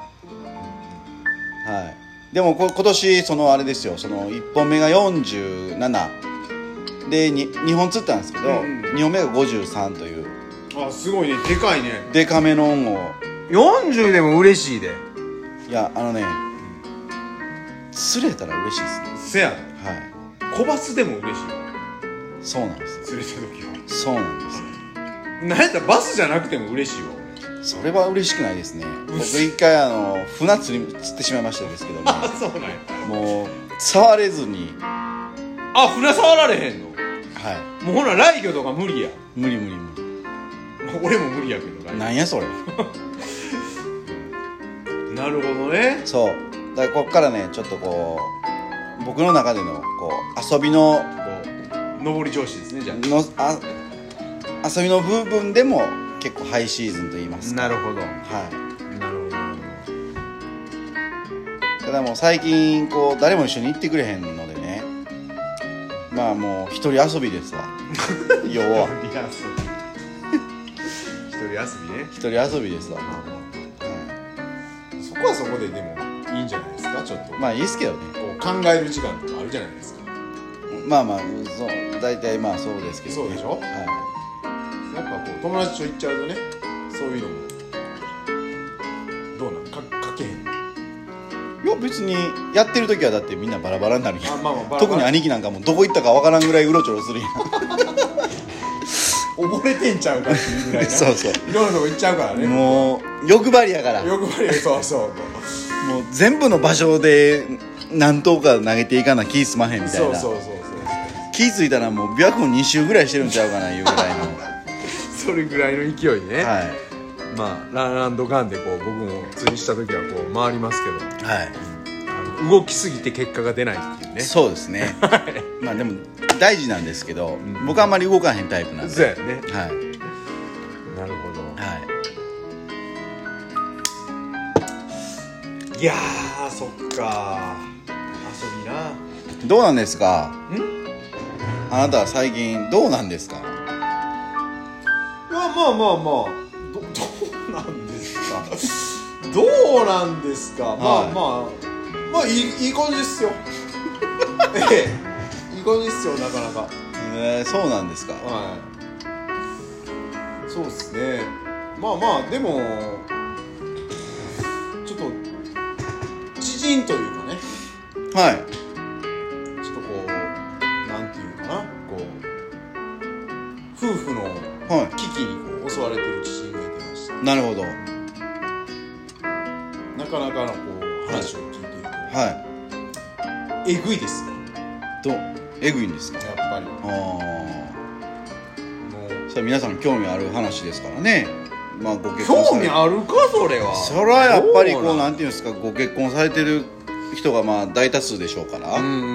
うん、はい。でもこ今年そのあれですよ、そのいっぽんめがよんじゅうななでににほん釣ったんですけど、うん、にほんめがごじゅうさんという。 あ、すごいね。でかいね。 でかめの恩をよんじゅうでも嬉しいで。 いやあのね、釣れたら嬉しいですね。 せやね。 はい。 小バスでも嬉しい。 そうなんですよ。 釣れた時はそうなんですよ。 なんやったらバスじゃなくても嬉しいわ。 それは嬉しくないですね。僕一回あの船釣り釣ってしまいましたですけどもあ、そうなんや。 もう触れずに。 あ、船触られへんの。 はい。 もうほら雷魚とか無理や。 無理無理無理。 俺も無理やけど。 なんやそれなるほどね。 そうだからこっからねちょっとこう僕の中でのこう遊びのこう上り調子ですね。じゃあのあ遊びの部分でも結構ハイシーズンと言いますか。 なるほど。 はい。 なるほどなるほど。ただもう最近こう誰も一緒に行ってくれへんのでね、まあもう一人遊びですわ要は一人遊び一人遊びね。 一人遊びですわ、はい、 そこはそこででもいいんじゃないですか。ちょっとまあいいですけどね、 こう考える時間とかあるじゃないですか。 まあまあそう大体まあそうですけど、ね、 そうでしょ。 はい。 やっぱこう友達と行っちゃうとね、そういうのもどうなんかかけへん。 いや別にやってる時はだってみんなバラバラになるやん。 あ、まあまあバラバラ。 特に兄貴なんかもどこ行ったかわからんぐらいうろちょろするやん溺れてんちゃうかっていうぐらいなそうそう、 いろんなとこ行っちゃうからね。 もう欲張りやから欲張り。そうそうもう全部の場所で何投か投げていかな気済まへんみたいな。 そうそうそうそう。 気付いたらもう琵琶湖に周ぐらいしてるんちゃうかないうぐらいのそれぐらいの勢いね。 はい。 まあランランドガンでこう僕も釣りした時はこう回りますけど、 はい、 あの動きすぎて結果が出ないっていうね。 そうですねまあでも大事なんですけど、うん、僕はあんまり動かへんタイプなんで。 そうやね。はい。なるほど。 はい。 いやーそっか遊びな。 どうなんですか。 んあなたは最近どうなんですか。 いやまあまあまあど, どうなんですかどうなんですか、はい、まあまあまあいいいい感じですよええいい感じですよなかなか。 えー、そうなんですか。 はい。そうですね。まあまあでもちょっと知人というかね。 はい。 ちょっとこうなんていうかな、こう夫婦の危機にこう襲われてる知人がいてました。 なるほど。 なかなかのこう話を聞いていると、ははいえぐいですよ。 どえぐいんですか？ やっぱりああもうそれ皆さん興味ある話ですからね。まあご結婚興味あるかそれは。 それはやっぱりこうなんていうんですか、ご結婚されてる人がまあ大多数でしょうから。うんうんうん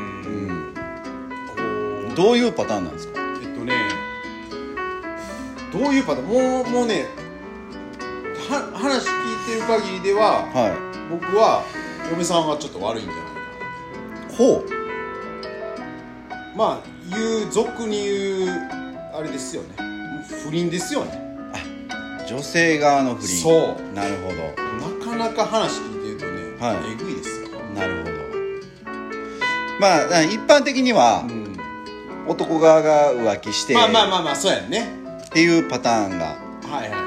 うん。どういうパターンなんですか？ えっとねどういうパターンもうもうねは話聞いてる限りでは、はい、僕は嫁さんがちょっと悪いんじゃないかな。ほう。まあ言う俗に言うあれですよね、不倫ですよね。 あ、女性側の不倫。そう。なるほど。なかなか話聞いてるとね、はい、えぐいですよ。 なるほど。まあ一般的には、うん、男側が浮気してまあまあまあまあそうやねっていうパターンが、はいはい、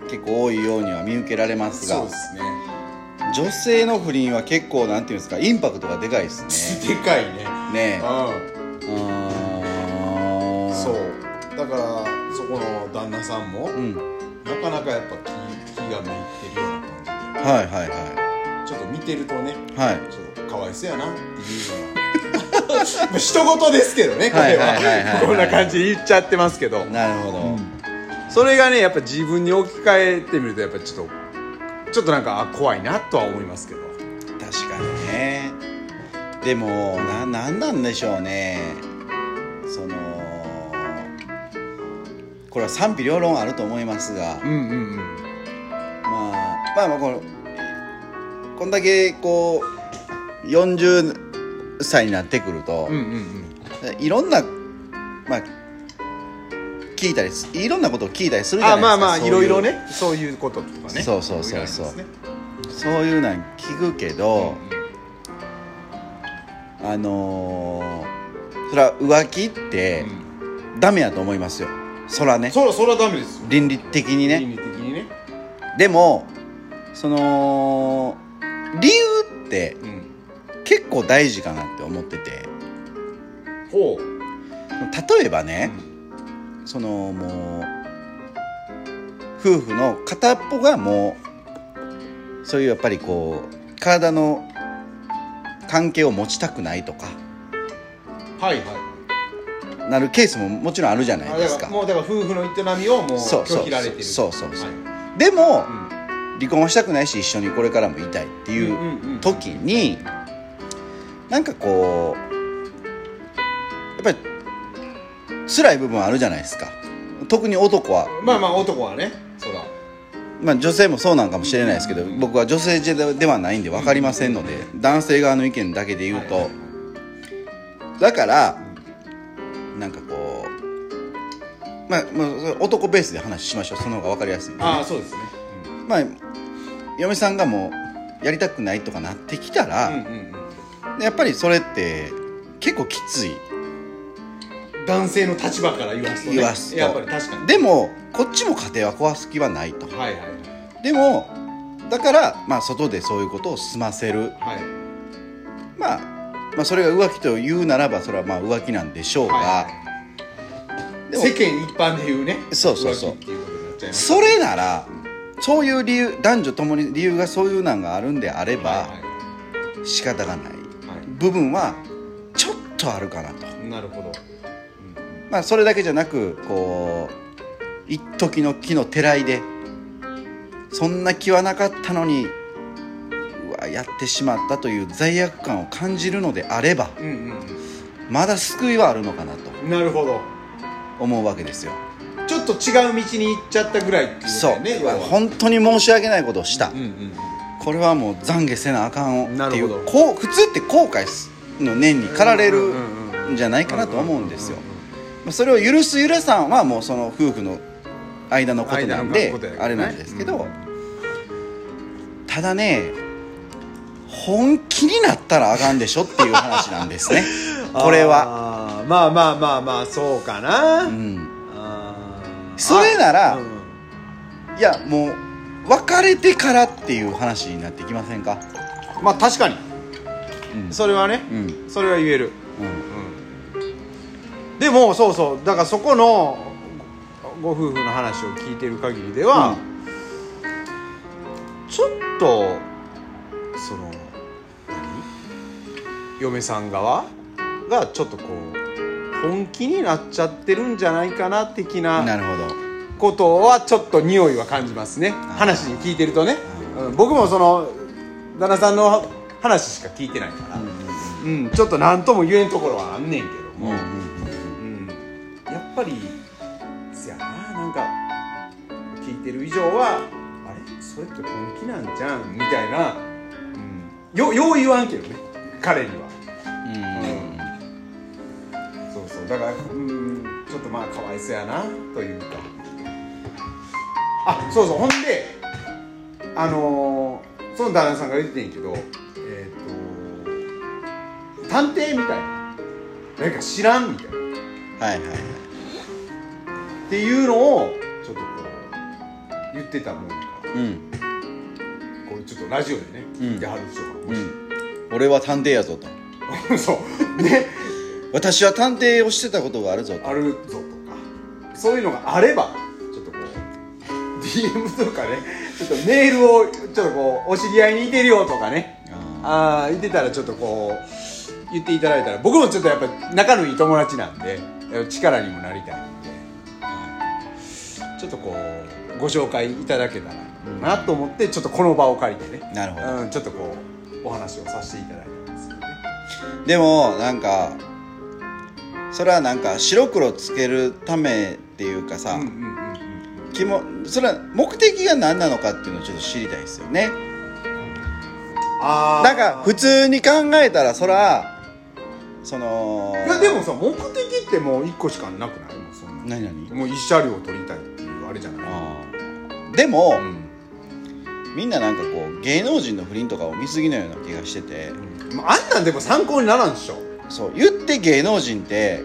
結構多いようには見受けられますが、そうですね。女性の不倫は結構なんていうんですか、インパクトがでかいですね。でかいね。 ねえ。 うん。そうだからそこの旦那さんも、うん、なかなかやっぱ 気, 気がめいってるような感じで、はいはいはい、ちょっと見てるとね、はい、ちょっとかわいそうやなっていうのは人事ですけどね、これはこんな感じで言っちゃってますけど。 なるほど、うん、 それがねやっぱ自分に置き換えてみるとやっぱちょっとちょっとなんか怖いなとは思いますけど。 確かにね。でも な, なんなんでしょうね、そのこれは賛否両論あると思いますが、うんうんうん、まあまあまあこのこんだけこうよんじゅっさいになってくると、うんうんうん、いろんなまあ聞いたりいろんなことを聞いたりするじゃないですか。 あまあまあいろいろね、そういうこととかね。 そうそうそうそう、ね、そういうの聞くけど、うん、あのー、それは浮気ってダメやと思いますよ。そらね。 そらそらダメですよ。 倫理的にね。 倫理的にね。でもその理由って、うん、結構大事かなって思ってて。 ほう。 例えばね。うん、そのもう夫婦の片っぽがもうそういうやっぱりこう体の関係を持ちたくないとか、 はいはい、 なるケースももちろんあるじゃないですか。 だからもうだから夫婦の営みをもう拒否られてる。 そうそうそうそう、はい、でも、うん、離婚はしたくないし一緒にこれからもいたいっていう時に、なんかこうやっぱり辛い部分あるじゃないですか。特に男はまあまあ男はね、そうだ、 まあ女性もそうなんかもしれないですけど、うん、僕は女性ではないんで分かりませんので、うん、男性側の意見だけで言うと、はいはいはい、だからなんかこうまあ、まあ、男ベースで話しましょう。その方が分かりやすいんで、ね、 ああそうですね、 うん、まあ嫁さんがもうやりたくないとかなってきたら、うんうんうん、やっぱりそれって結構きつい。 男性の立場から言わすとね、 言わすとやっぱり確かに。 でもこっちも家庭は壊す気はないと、はいはいはい、でもだから、まあ、外でそういうことを済ませる、はい、まあ、まあそれが浮気と言うならばそれはまあ浮気なんでしょうが、はいはい、でも世間一般で言うね、 そうそうそう、浮気っていうことになっちゃいます。それならそういう理由、男女ともに理由がそういうのがあるんであれば、はいはい、仕方がない、はい、部分はちょっとあるかなと。 なるほど。 まあ、それだけじゃなくこう一時の木のてらいでそんな気はなかったのにうわやってしまったという罪悪感を感じるのであれば、うんうんうん、まだ救いはあるのかなと。 なるほど。 思うわけですよ。 ちょっと違う道に行っちゃったぐらいっていうことだよね。 そう本当に申し訳ないことをした、うんうんうん、これはもう懺悔せなあかんっていうこう普通って後悔の念に駆られるんじゃないかなと思うんですよ。それを許す許さんはもうその夫婦の間のことなんであれなんですけど、うん、ただね本気になったらあかんでしょっていう話なんですねこれは。 あまあまあまあまあそうかな、うん、 あそれなら、うん、いやもう別れてからっていう話になってきませんか。 まあ確かに、うん、それはね、うん、それは言える、うんでもそうそうだからそこのご夫婦の話を聞いてる限りでは、うん、ちょっとその何嫁さん側がちょっとこう本気になっちゃってるんじゃないかな的ななるほどことはちょっと匂いは感じますね。話に聞いてるとね、うん、僕もその旦那さんの話しか聞いてないから、うんうんうん、ちょっと何とも言えんところはあんねんけども、うんうんうんうん、やっぱりそやな、なんか聞いてる以上はあれそれって本気なんじゃんみたいな、うん、よよう言わんけどね彼には、うんうん、そうそうだから、うん、ちょっとまあかわいそうやなというか、あそうそうほんであのー、その旦那さんが言ってんけど、えっと探偵みたいななんか知らんみたいなはいはいはいっていうのをちょっとこう言ってたもんか、うん、こうちょっとラジオでね聞いてはる人が、うんうん、 俺は探偵やぞとそうね私は探偵をしてたことがあるぞとあるぞとかそういうのがあればちょっとこう ディーエム とかねちょっとメールをちょっとこうお知り合いにいてるよとかねああ言ってたらちょっとこう言っていただいたら僕もちょっとやっぱ仲のいい友達なんで力にもなりたいんで、ちょっとこうご紹介いただけたらなと思ってちょっとこの場を借りてね、 なるほど、 うん、ちょっとこうお話をさせていただいたんですけどね。 でもなんかそれはなんか白黒つけるためっていうかさ、うんうんうんうん、気もそれは目的が何なのかっていうのをちょっと知りたいですよね。 あなんか普通に考えたらそらそのいやでもさ目的ってもういっこしかなくないもんそんな何何もう一車両を取りたいっていうあれじゃない。 あでも、 うん、 みんななんかこう芸能人の不倫とかを見過ぎのような気がしてて、 うん、あんなんでも参考にならんでしょ。 そう言って芸能人って、うん、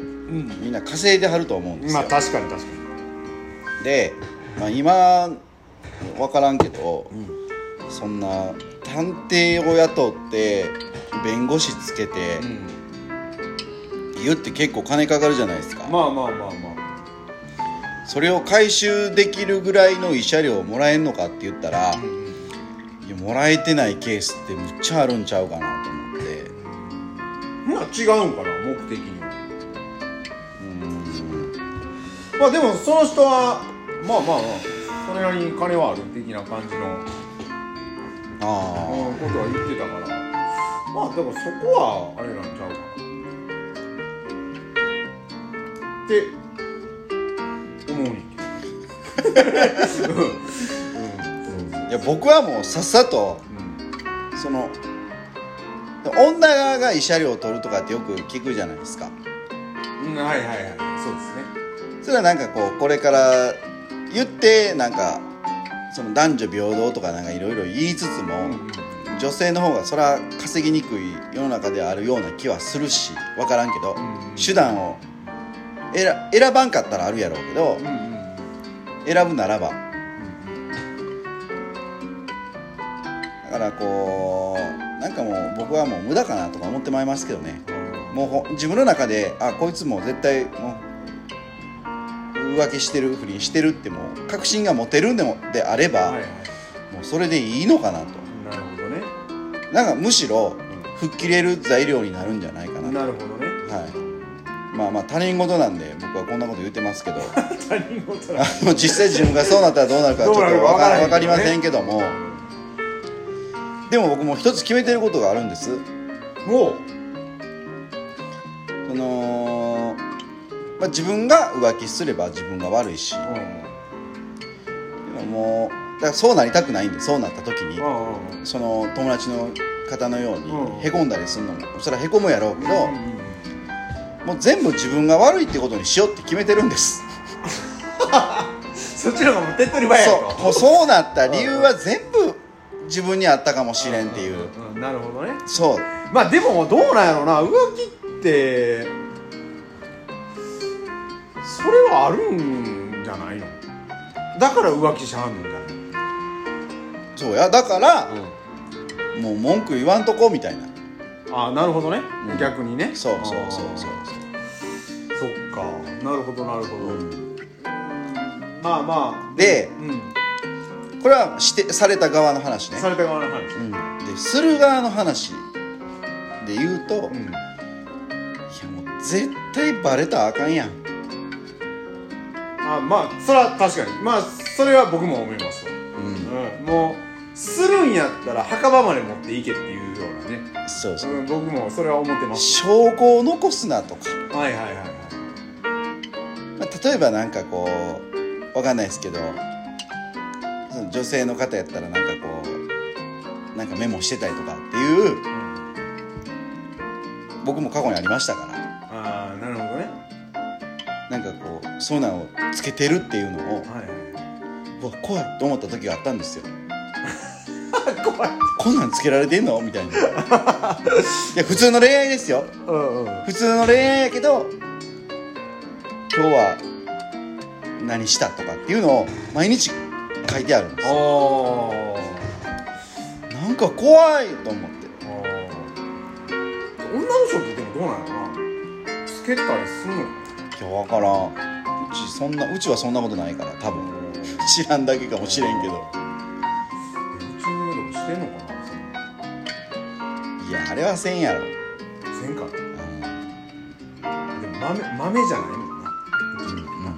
みんな稼いではると思うんですよ。 まあ確かに確かにで、まあ、今分からんけど、うん、そんな探偵を雇って弁護士つけて、うん、言って結構金かかるじゃないですか。 まあまあまあまあそれを回収できるぐらいの慰謝料をもらえんのかって言ったら、うん、いやもらえてないケースってむっちゃあるんちゃうかなと思って。 まあ違うんかな目的には。うーんまあでもその人はまあまあまあそれなりに金はある的な感じのああことは言ってたからまあでもそこはあれなんちゃうかなって思うねんけど、 うんうん、いや僕はもうさっさと、うん、その女側が慰謝料を取るとかってよく聞くじゃないですか、 うん、はいはいはいそうですね。 それはなんかこうこれから言ってなんかその男女平等とかなんかいろいろ言いつつも、うんうん、女性の方がそれは稼ぎにくい世の中であるような気はするし分からんけど、うんうん、手段を選, 選ばんかったらあるやろうけど、うんうん、選ぶならば、うんうん、だからこうなんかもう僕はもう無駄かなとか思ってまいりますけどね、うん、もう自分の中であこいつも絶対もう浮気してる不倫してるってもう確信が持てるんでもであれば、はいはい、もうそれでいいのかなと。 なるほどね。 なんかむしろ吹っ切れる材料になるんじゃないかなと。 なるほどね。 はい。まあまあ他人事なんで僕はこんなこと言ってますけど他人事なんで実際自分がそうなったらどうなるかちょっと分か、分かりませんけども、でも僕も一つ決めてることがあるんです。 もうその、まあ、自分が浮気すれば自分が悪いし、うん、でももうだからそうなりたくないんで、そうなった時に、うん、その友達の方のようにへこんだりするのもそれはへこむやろうけど、うんうん、もう全部自分が悪いってことにしようって決めてるんですそっちの方がもう手っ取り早いと。 そう、もうそうなった理由は全部自分にあったかもしれんっていう、 うんうんうん、なるほどね。 そうまあでもどうなんやろうな、浮気ってそれはあるんじゃないの。だから浮気しはんのんじゃない。 そうや、だから、うん、もう文句言わんとこみたいな。 ああなるほどね、うん、逆にね。 そうそうそうそうそう。 そっか、なるほどなるほど、うん、まあまあで、うん、これはしてされた側の話ね。 された側の話、 うん、でする側の話でで言うと、うん、いやもう絶対バレたらあかんやん。 あ、まあそれは確かに、まあそれは僕も思いますわ、うんうん、もうするんやったら墓場まで持っていけっていうようなね。 そうそう、 うん、僕もそれは思ってます。 証拠を残すなとか、 はいはいはいはい、 まあ、例えばなんかこうわかんないですけど、その女性の方やったらなんかこうなんかメモしてたりとかっていう、うん、僕も過去にありましたから。 ああ、なるほどね。 なんかこうそういうのをつけてるっていうのを、はいはい、うわ怖いと思った時があったんですよ。怖い、こんなんつけられてんのみたいな。いや普通の恋愛ですよ、うんうん、普通の恋愛やけど今日は何したとかっていうのを毎日書いてあるんですよ。あ、なんか怖いと思って。 あ、女の人ってでもどうなのかな、つけたりするの？ いや分からん、うちそんなうちはそんなことないから多分知らんだけかもしれんけど。 うちの上でもしてんのかな。 いやあれはせんやろ。 せんかな、うん、でも豆豆じゃないもんな。うんうん、なる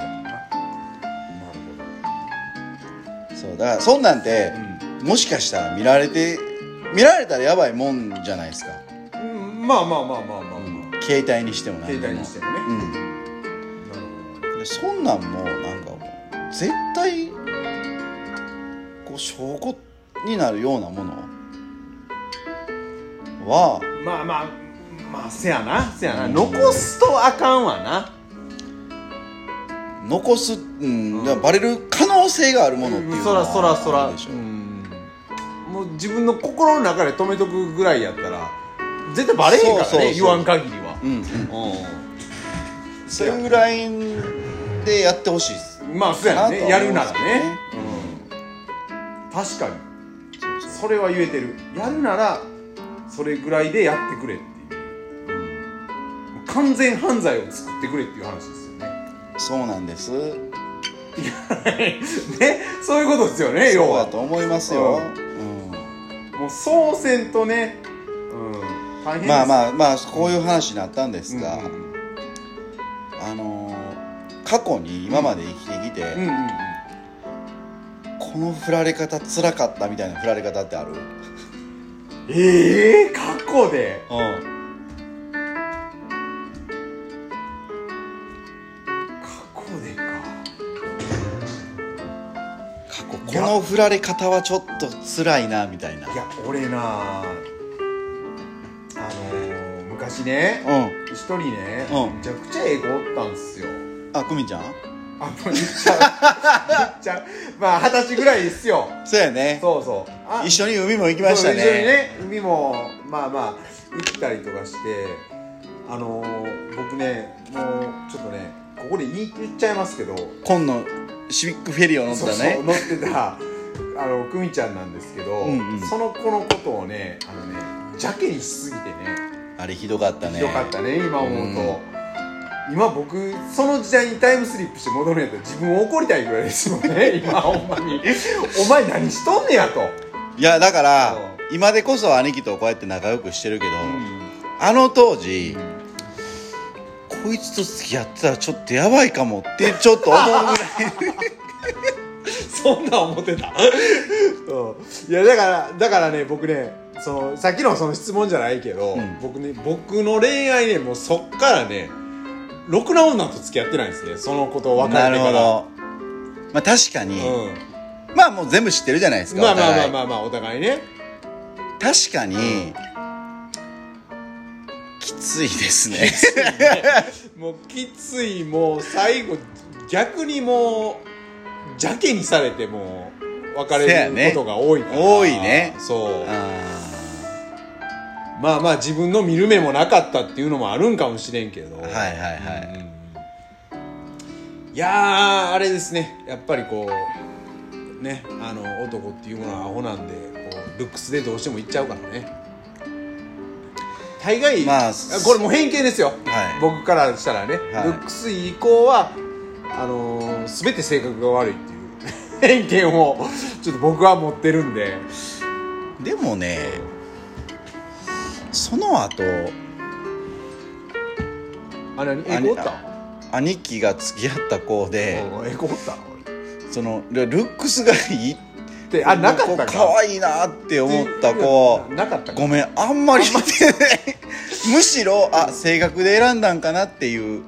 ほど。そうだからそんなんて、うん、もしかしたら見られて見られたらやばいもんじゃないですか、 うん、まあまあまあまあまあ、まあ、うん、 携帯にしても何でも携帯にしてもね、うん、なるほど。でそんなんもなんかもう絶対こう証拠になるようなものはまあまあまあせやなせやな、うん、残すとあかんわな。 残す、うん、うん、バレる可能性があるものっていうのは、うん、 そらそらそら、うん、もう自分の心の中で止めとくぐらいやったら絶対バレへんからね。そうそうそう、言わん限りは、うんうん、 それぐらいでやってほしいです。 まあそうやね、やるならね、うん、確かにそれは言えてる。やるならそれぐらいでやってくれっていう、うん、完全犯罪を作ってくれっていう話ですよね。 そうなんです。いやね、そういうことですよね。 要はそうだと思いますよ、 うん、もうそうせんとね、うん、大変です。 まあまあまあこういう話になったんですが、うんうん、あのー、過去に今まで生きてきて、うんうんうん、この振られ方つらかったみたいな振られ方ってある？ ええー、過去で、うん、過去でか。 過去この振られ方はちょっと辛いなみたいな。 いや俺なあのー、昔ね、うん、一人ね、うん、めちゃくちゃええ子おったんすよ。 あ、くみちゃん？ あ、もう言っちゃう言っちゃう。まあ二十歳ぐらいですよ。 そうやね。 そうそう。 あ、一緒に海も行きましたね。 一緒にね、海もまあまあ行ったりとかして、あのー、僕ね、もうちょっとね、ここで言っちゃいますけど、 今のシビックフェリーを乗ったね。 そうそう、乗ってたあのくみちゃんなんですけど、うんうん、その子のことをね、あのね、邪気にしすぎてね。 あれひどかったね。 ひどかったね、今思うと。うん今僕その時代にタイムスリップして戻るんやったら自分を怒りたいぐらいですもんね。今ほんまにお前何しとんねやと。 いやだから今でこそ兄貴とこうやって仲良くしてるけど、うん、あの当時、うん、こいつと付き合ってたらちょっとやばいかもってちょっと思うぐらいそんな思ってたいやだからだからね僕ね、そのさっきのその質問じゃないけど、うん、僕ね僕の恋愛ねもうそっからねろくな女と付き合ってないんですね。そのことを分かってから。なるほど。 まあ確かに、うん、まあもう全部知ってるじゃないですか。 まあまあまあまあまあお互いね。 確かに、うん、きついですね。 きついねもうきつい。もう最後逆にもう邪気にされても別れることが多いから。 多いね。 そう。まあまあ自分の見る目もなかったっていうのもあるんかもしれんけど、はいはいはい、うん、いやーあれですね、やっぱりこうね、あの男っていうものはアホなんでこうルックスでどうしてもいっちゃうからね。大概、まあ、これもう偏見ですよ、はい、僕からしたらね、はい、ルックスいい子はあのー、全て性格が悪いっていう偏見をちょっと僕は持ってるんで。 でもね、 その後あれ何エコおった兄貴が付き合った子でエコおったそのルックスがいいってあなかったか可愛いなって思った子なかったかごめんあんまり見てないむしろあ性格で選んだんかなっていう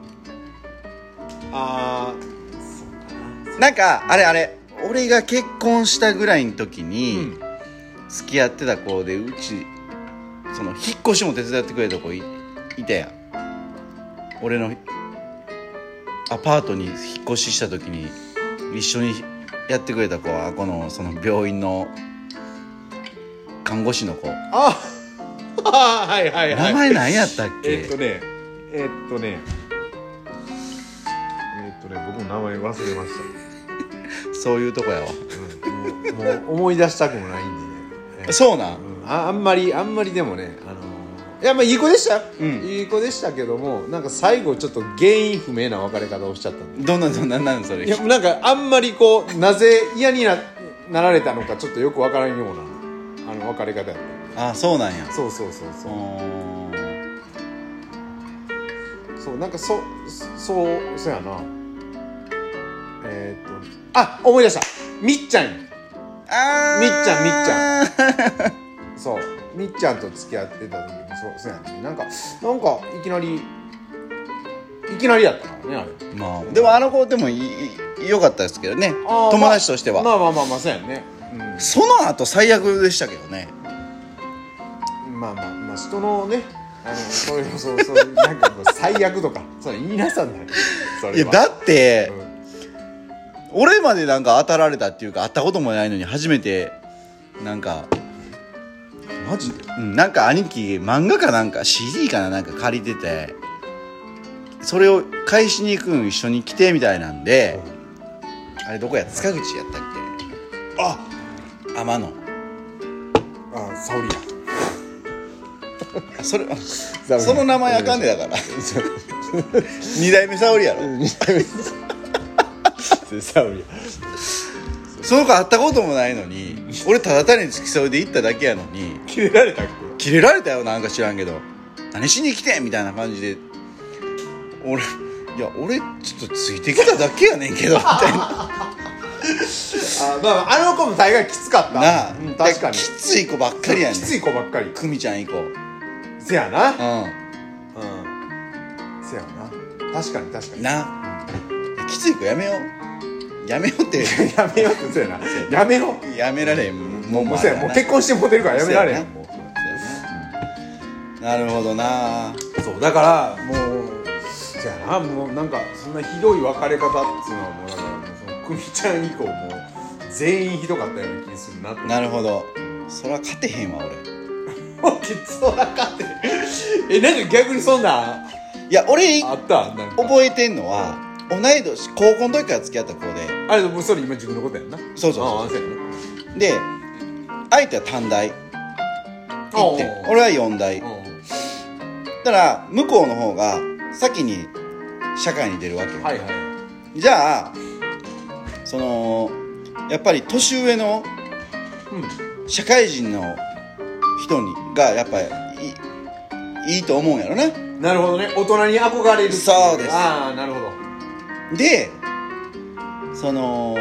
あーなんかあれあれ俺が結婚したぐらいの時に付き合ってた子でうちその引っ越しも手伝ってくれた子 い, いたやん俺のアパートに引っ越しした時に一緒にやってくれた子はこのその病院の看護師の子あはいはいはい名前何やったっけえっとねえっとねえっとね僕も名前忘れましたそういうとこやわ、 うん、もうもう思い出したくもないんでねそうなん、 うん、あ, あんまりあんまりでもねあのー、いやまあいい子でした、 うん、 いい子でしたけどもなんか最後ちょっと原因不明な別れ方をしちゃったんでどんなどんななんそれいやなんかあんまりこうなぜ嫌に な, なられたのかちょっとよくわからんようなあの別れ方やったあそうなんやそうそうそうそうそうなんかそそうそうやなえー、っとあ思い出したみっちゃんやあみっちゃんみっちゃんそうみっちゃんと付き合ってた時にそうそうやねなんかなんかいきなりいきなりやったからねあれまあでもあの子でもいい良かったですけどね友達としては、 まあ、まあまあまあまあそうやね、 うん、その後最悪でしたけどねまあまあまあ人のねあのそういうそうそうなんかもう最悪とかそれ言いなさんないそれはいやだって、 うん、 俺までなんか当たられたっていうか会ったこともないのに初めてなんかマジで、 うん、なんか兄貴漫画かなんか シーディー かななんか借りててそれを返しに行くん一緒に来てみたいなんで、うん、あれどこや塚口やったっけあ天野あ沙織やそれその名前あかんねだから二代目沙織やろ二代目沙織やその子会ったこともないのに俺ただ単に付き添いで行っただけやのにキレられたっけキレられたよなんか知らんけど何しに来てんみたいな感じで俺いや俺ちょっとついてきただけやねんけどみたいなあまああの子も大概きつかったなあ、 うん、確かにきつい子ばっかりやねんきつい子ばっかり久美ちゃん以降せやなうんうんせやな確かに確かにな、うん、きつい子やめようやめようってやめようってそうやなやめようやめられんもうもうそうやもう結婚してモテるからやめられんもううん、なるほどなそうだからもうそうやなもうなんかそんなひどい別れ方っていうのはもうだからもうその久美ちゃん以降もう全員ひどかったような気するなとなるほどそれは勝てへんわ俺きつそうな勝てえなんか逆にそんないや俺あったなんか覚えてんのは同い年高校の時から付き合った子であれもうそれ今自分のことやんなそうそうそうああそうやなで相手は短大行って俺は四大だから向こうの方が先に社会に出るわけよ、 はいはい、 じゃあそのやっぱり年上の社会人の人にがやっぱりいい、いいと思うんやろねなるほどね大人に憧れるそうですああなるほどでその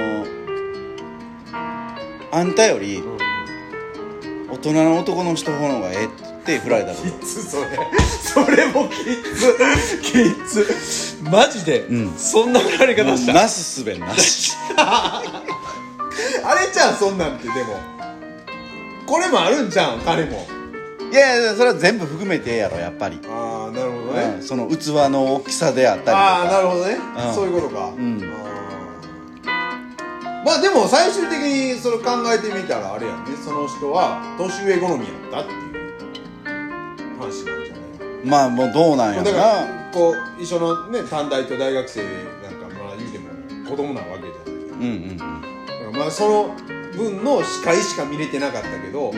あんたより大人の男の人の方がええって振られたこときつそれそれもきつきつマジで、うん、そんな振られ方したなすすべなしあれちゃんそんなんてでもこれもあるんじゃん彼もいやいやそれは全部含めてやろやっぱりああなるほどね、 うん、その器の大きさであったりとかああなるほどね、うん、そういうことか、うん、あまあでも最終的にそれ考えてみたらあれやねその人は年上好みやったっていう話なんじゃないまあもうどうなんやろなだからこう一緒のね短大と大学生でなんかまあ言うても子供なわけじゃない、うんうんうん、だからまあその分の視界しか見れてなかったけど、うん、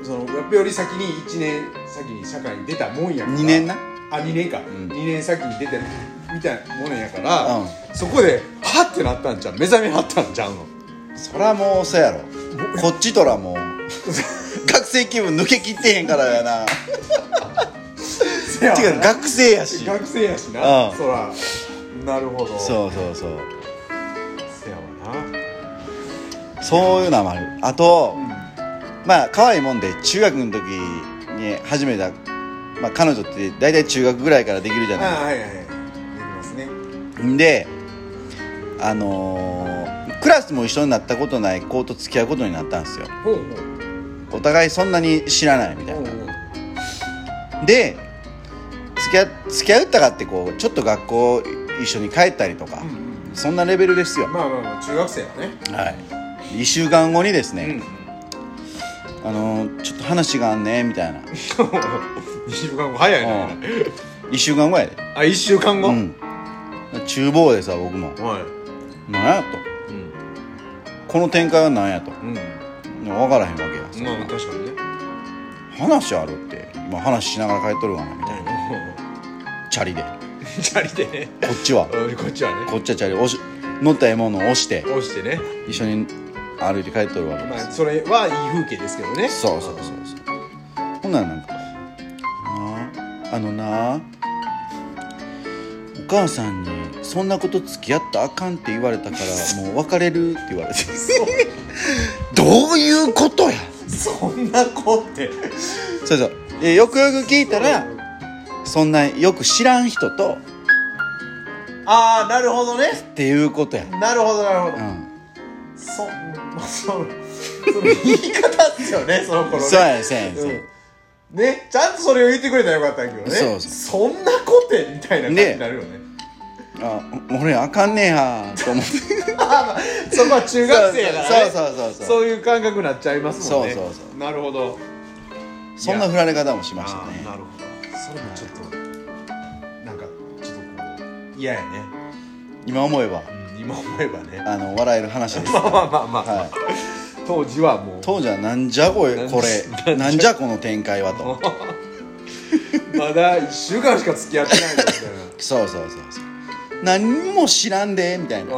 そのやっぱより先にいちねん先に社会に出たもんやからにねんなあにねんか、うん、にねん先に出てるみたいなものやから、うん、そこでハッてなったんちゃう目覚めはったんちゃうのそらもうそうやろこっちとらもう学生気分抜けきってへんからやなてか学生やし学生やしな、うん、そらなるほどそうそうそうせやわなそういうのもあるあと、うん、まあ可愛いもんで中学の時に始めた、まあ、彼女って大体中学ぐらいからできるじゃない。 あはいはいはいできますね。 であのー、クラスも一緒になったことない子と付き合うことになったんですよ。 ほうほうお互いそんなに知らないみたいな。ほうほうで付き合付き合ったかってこうちょっと学校一緒に帰ったりとか、うんうん、そんなレベルですよ。 まあまあまあ中学生はね。 はいいっしゅうかんごにですね、うん、あのー、ちょっと話があんねみたいないっしゅうかんご早いな、 うん、いっしゅうかんごやで。 あいっしゅうかんご、うん、 厨房でさ僕も、はい、なんやと、うん、この展開はなんやと、うん、分からへんわけや。 まあ確かにね話あるって今話しながら帰っとるわなみたいなチャリでチャリでねこっちはこっちはねこっちはチャリ押し乗った獲物を押して押してね一緒に歩いて帰っとるわけです、 まあ、それはいい風景ですけどね。 そうそうそうそうほんならなんかなあのなお母さんにそんなこと付き合ったらあかんって言われたからもう別れるって言われてどういうことやそんな子ってそうそうえよくよく聞いたらそんなよく知らん人とああなるほどねっていうことや。 なるほどなるほど、うん、そそその言い方っすよねその頃ね。 そうやそうやそうや、 うん、ねちゃんとそれを言ってくれたらよかったけどね。そうそうそんな子ってみたいな感じになるよね。 あ俺あかんねえやと思ってあ、まあ、そこは中学生やからね。 そうそうそうそうそういう感覚になっちゃいますもんね。 そうそうそうなるほどそんな振られ方もしましたね。 なるほどそれもちょっとなんかちょっとこう嫌やね今思えば、 うん、今思えばねあの笑える話ですまあまあまあまあ、はい、当時はもう当時はなんじゃこれこれなんじゃこの展開はとまだいっしゅうかんしか付き合ってないみたいなそうそうそうそう何も知らんでみたいな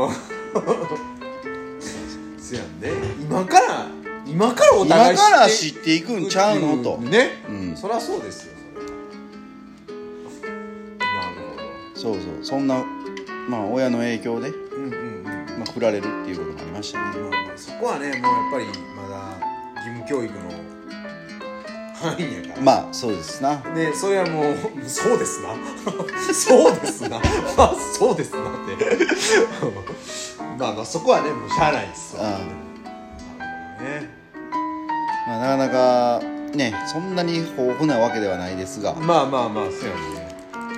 そやんね今から今からお互い今から知っていくんちゃうのとね、うん、そりゃそうですよそれなるほどそうそうそんなまあ親の影響で、うんうんうんまあ、振られるっていうこともありましたね。 まあまあ、そこはねもうやっぱりまだ義務教育の範囲やからまあそうですなねそれはもうそうですなそうですなあそうですなってまあまあそこはねもうしゃあないっすわ。なるほどね、 まあ、なかなかねそんなに豊富なわけではないですがまあまあまあそうやね、 うん、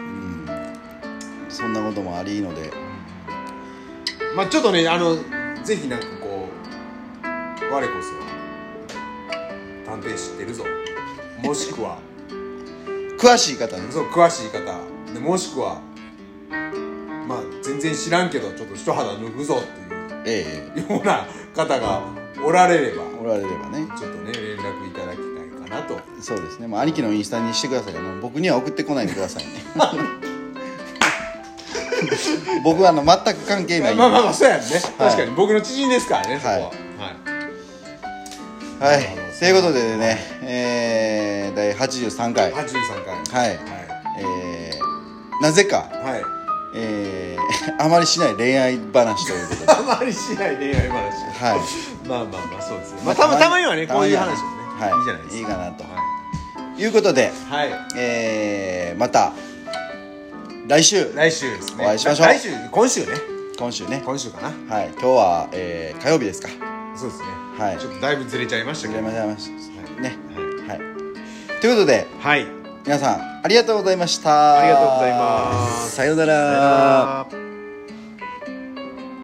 そんなこともありので、 うん、まあちょっとねあのぜひなんかこう我こそ探偵知ってるぞもしくは詳しい方ねそう詳しい方でもしくはまあ全然知らんけどちょっと一肌脱ぐぞっていう、ええ、ような方がおられればおられればねちょっとね連絡いただきたいかなと。 そうですねもう兄貴のインスタにしてください。あの僕には送ってこないでくださいね僕はあの全く関係ないまあまあまあそうやんね、はい、確かに僕の知人ですからねそこははい、はい、ということでね、えー、だいはちじゅうさんかいはちじゅうさんかいはい、はい、えー、なぜか、はいえー、あまりしない恋愛話ということであまりしない恋愛話はいまあまあまあそうですね、まあ、たまたまにはねこういう話もね、はい、いいじゃないですかいいかなと、はい、いうことで、はいえー、また来週来週ですねお会いしましょう。 来週今週ね今週ね今週かなはい今日は、えー、火曜日ですか。 そうですねはいちょっとだいぶずれちゃいましたけどずれちゃいましたねはい、はい、ということではい皆さんありがとうございました。 ありがとうございます。 さようなら。 さようなら。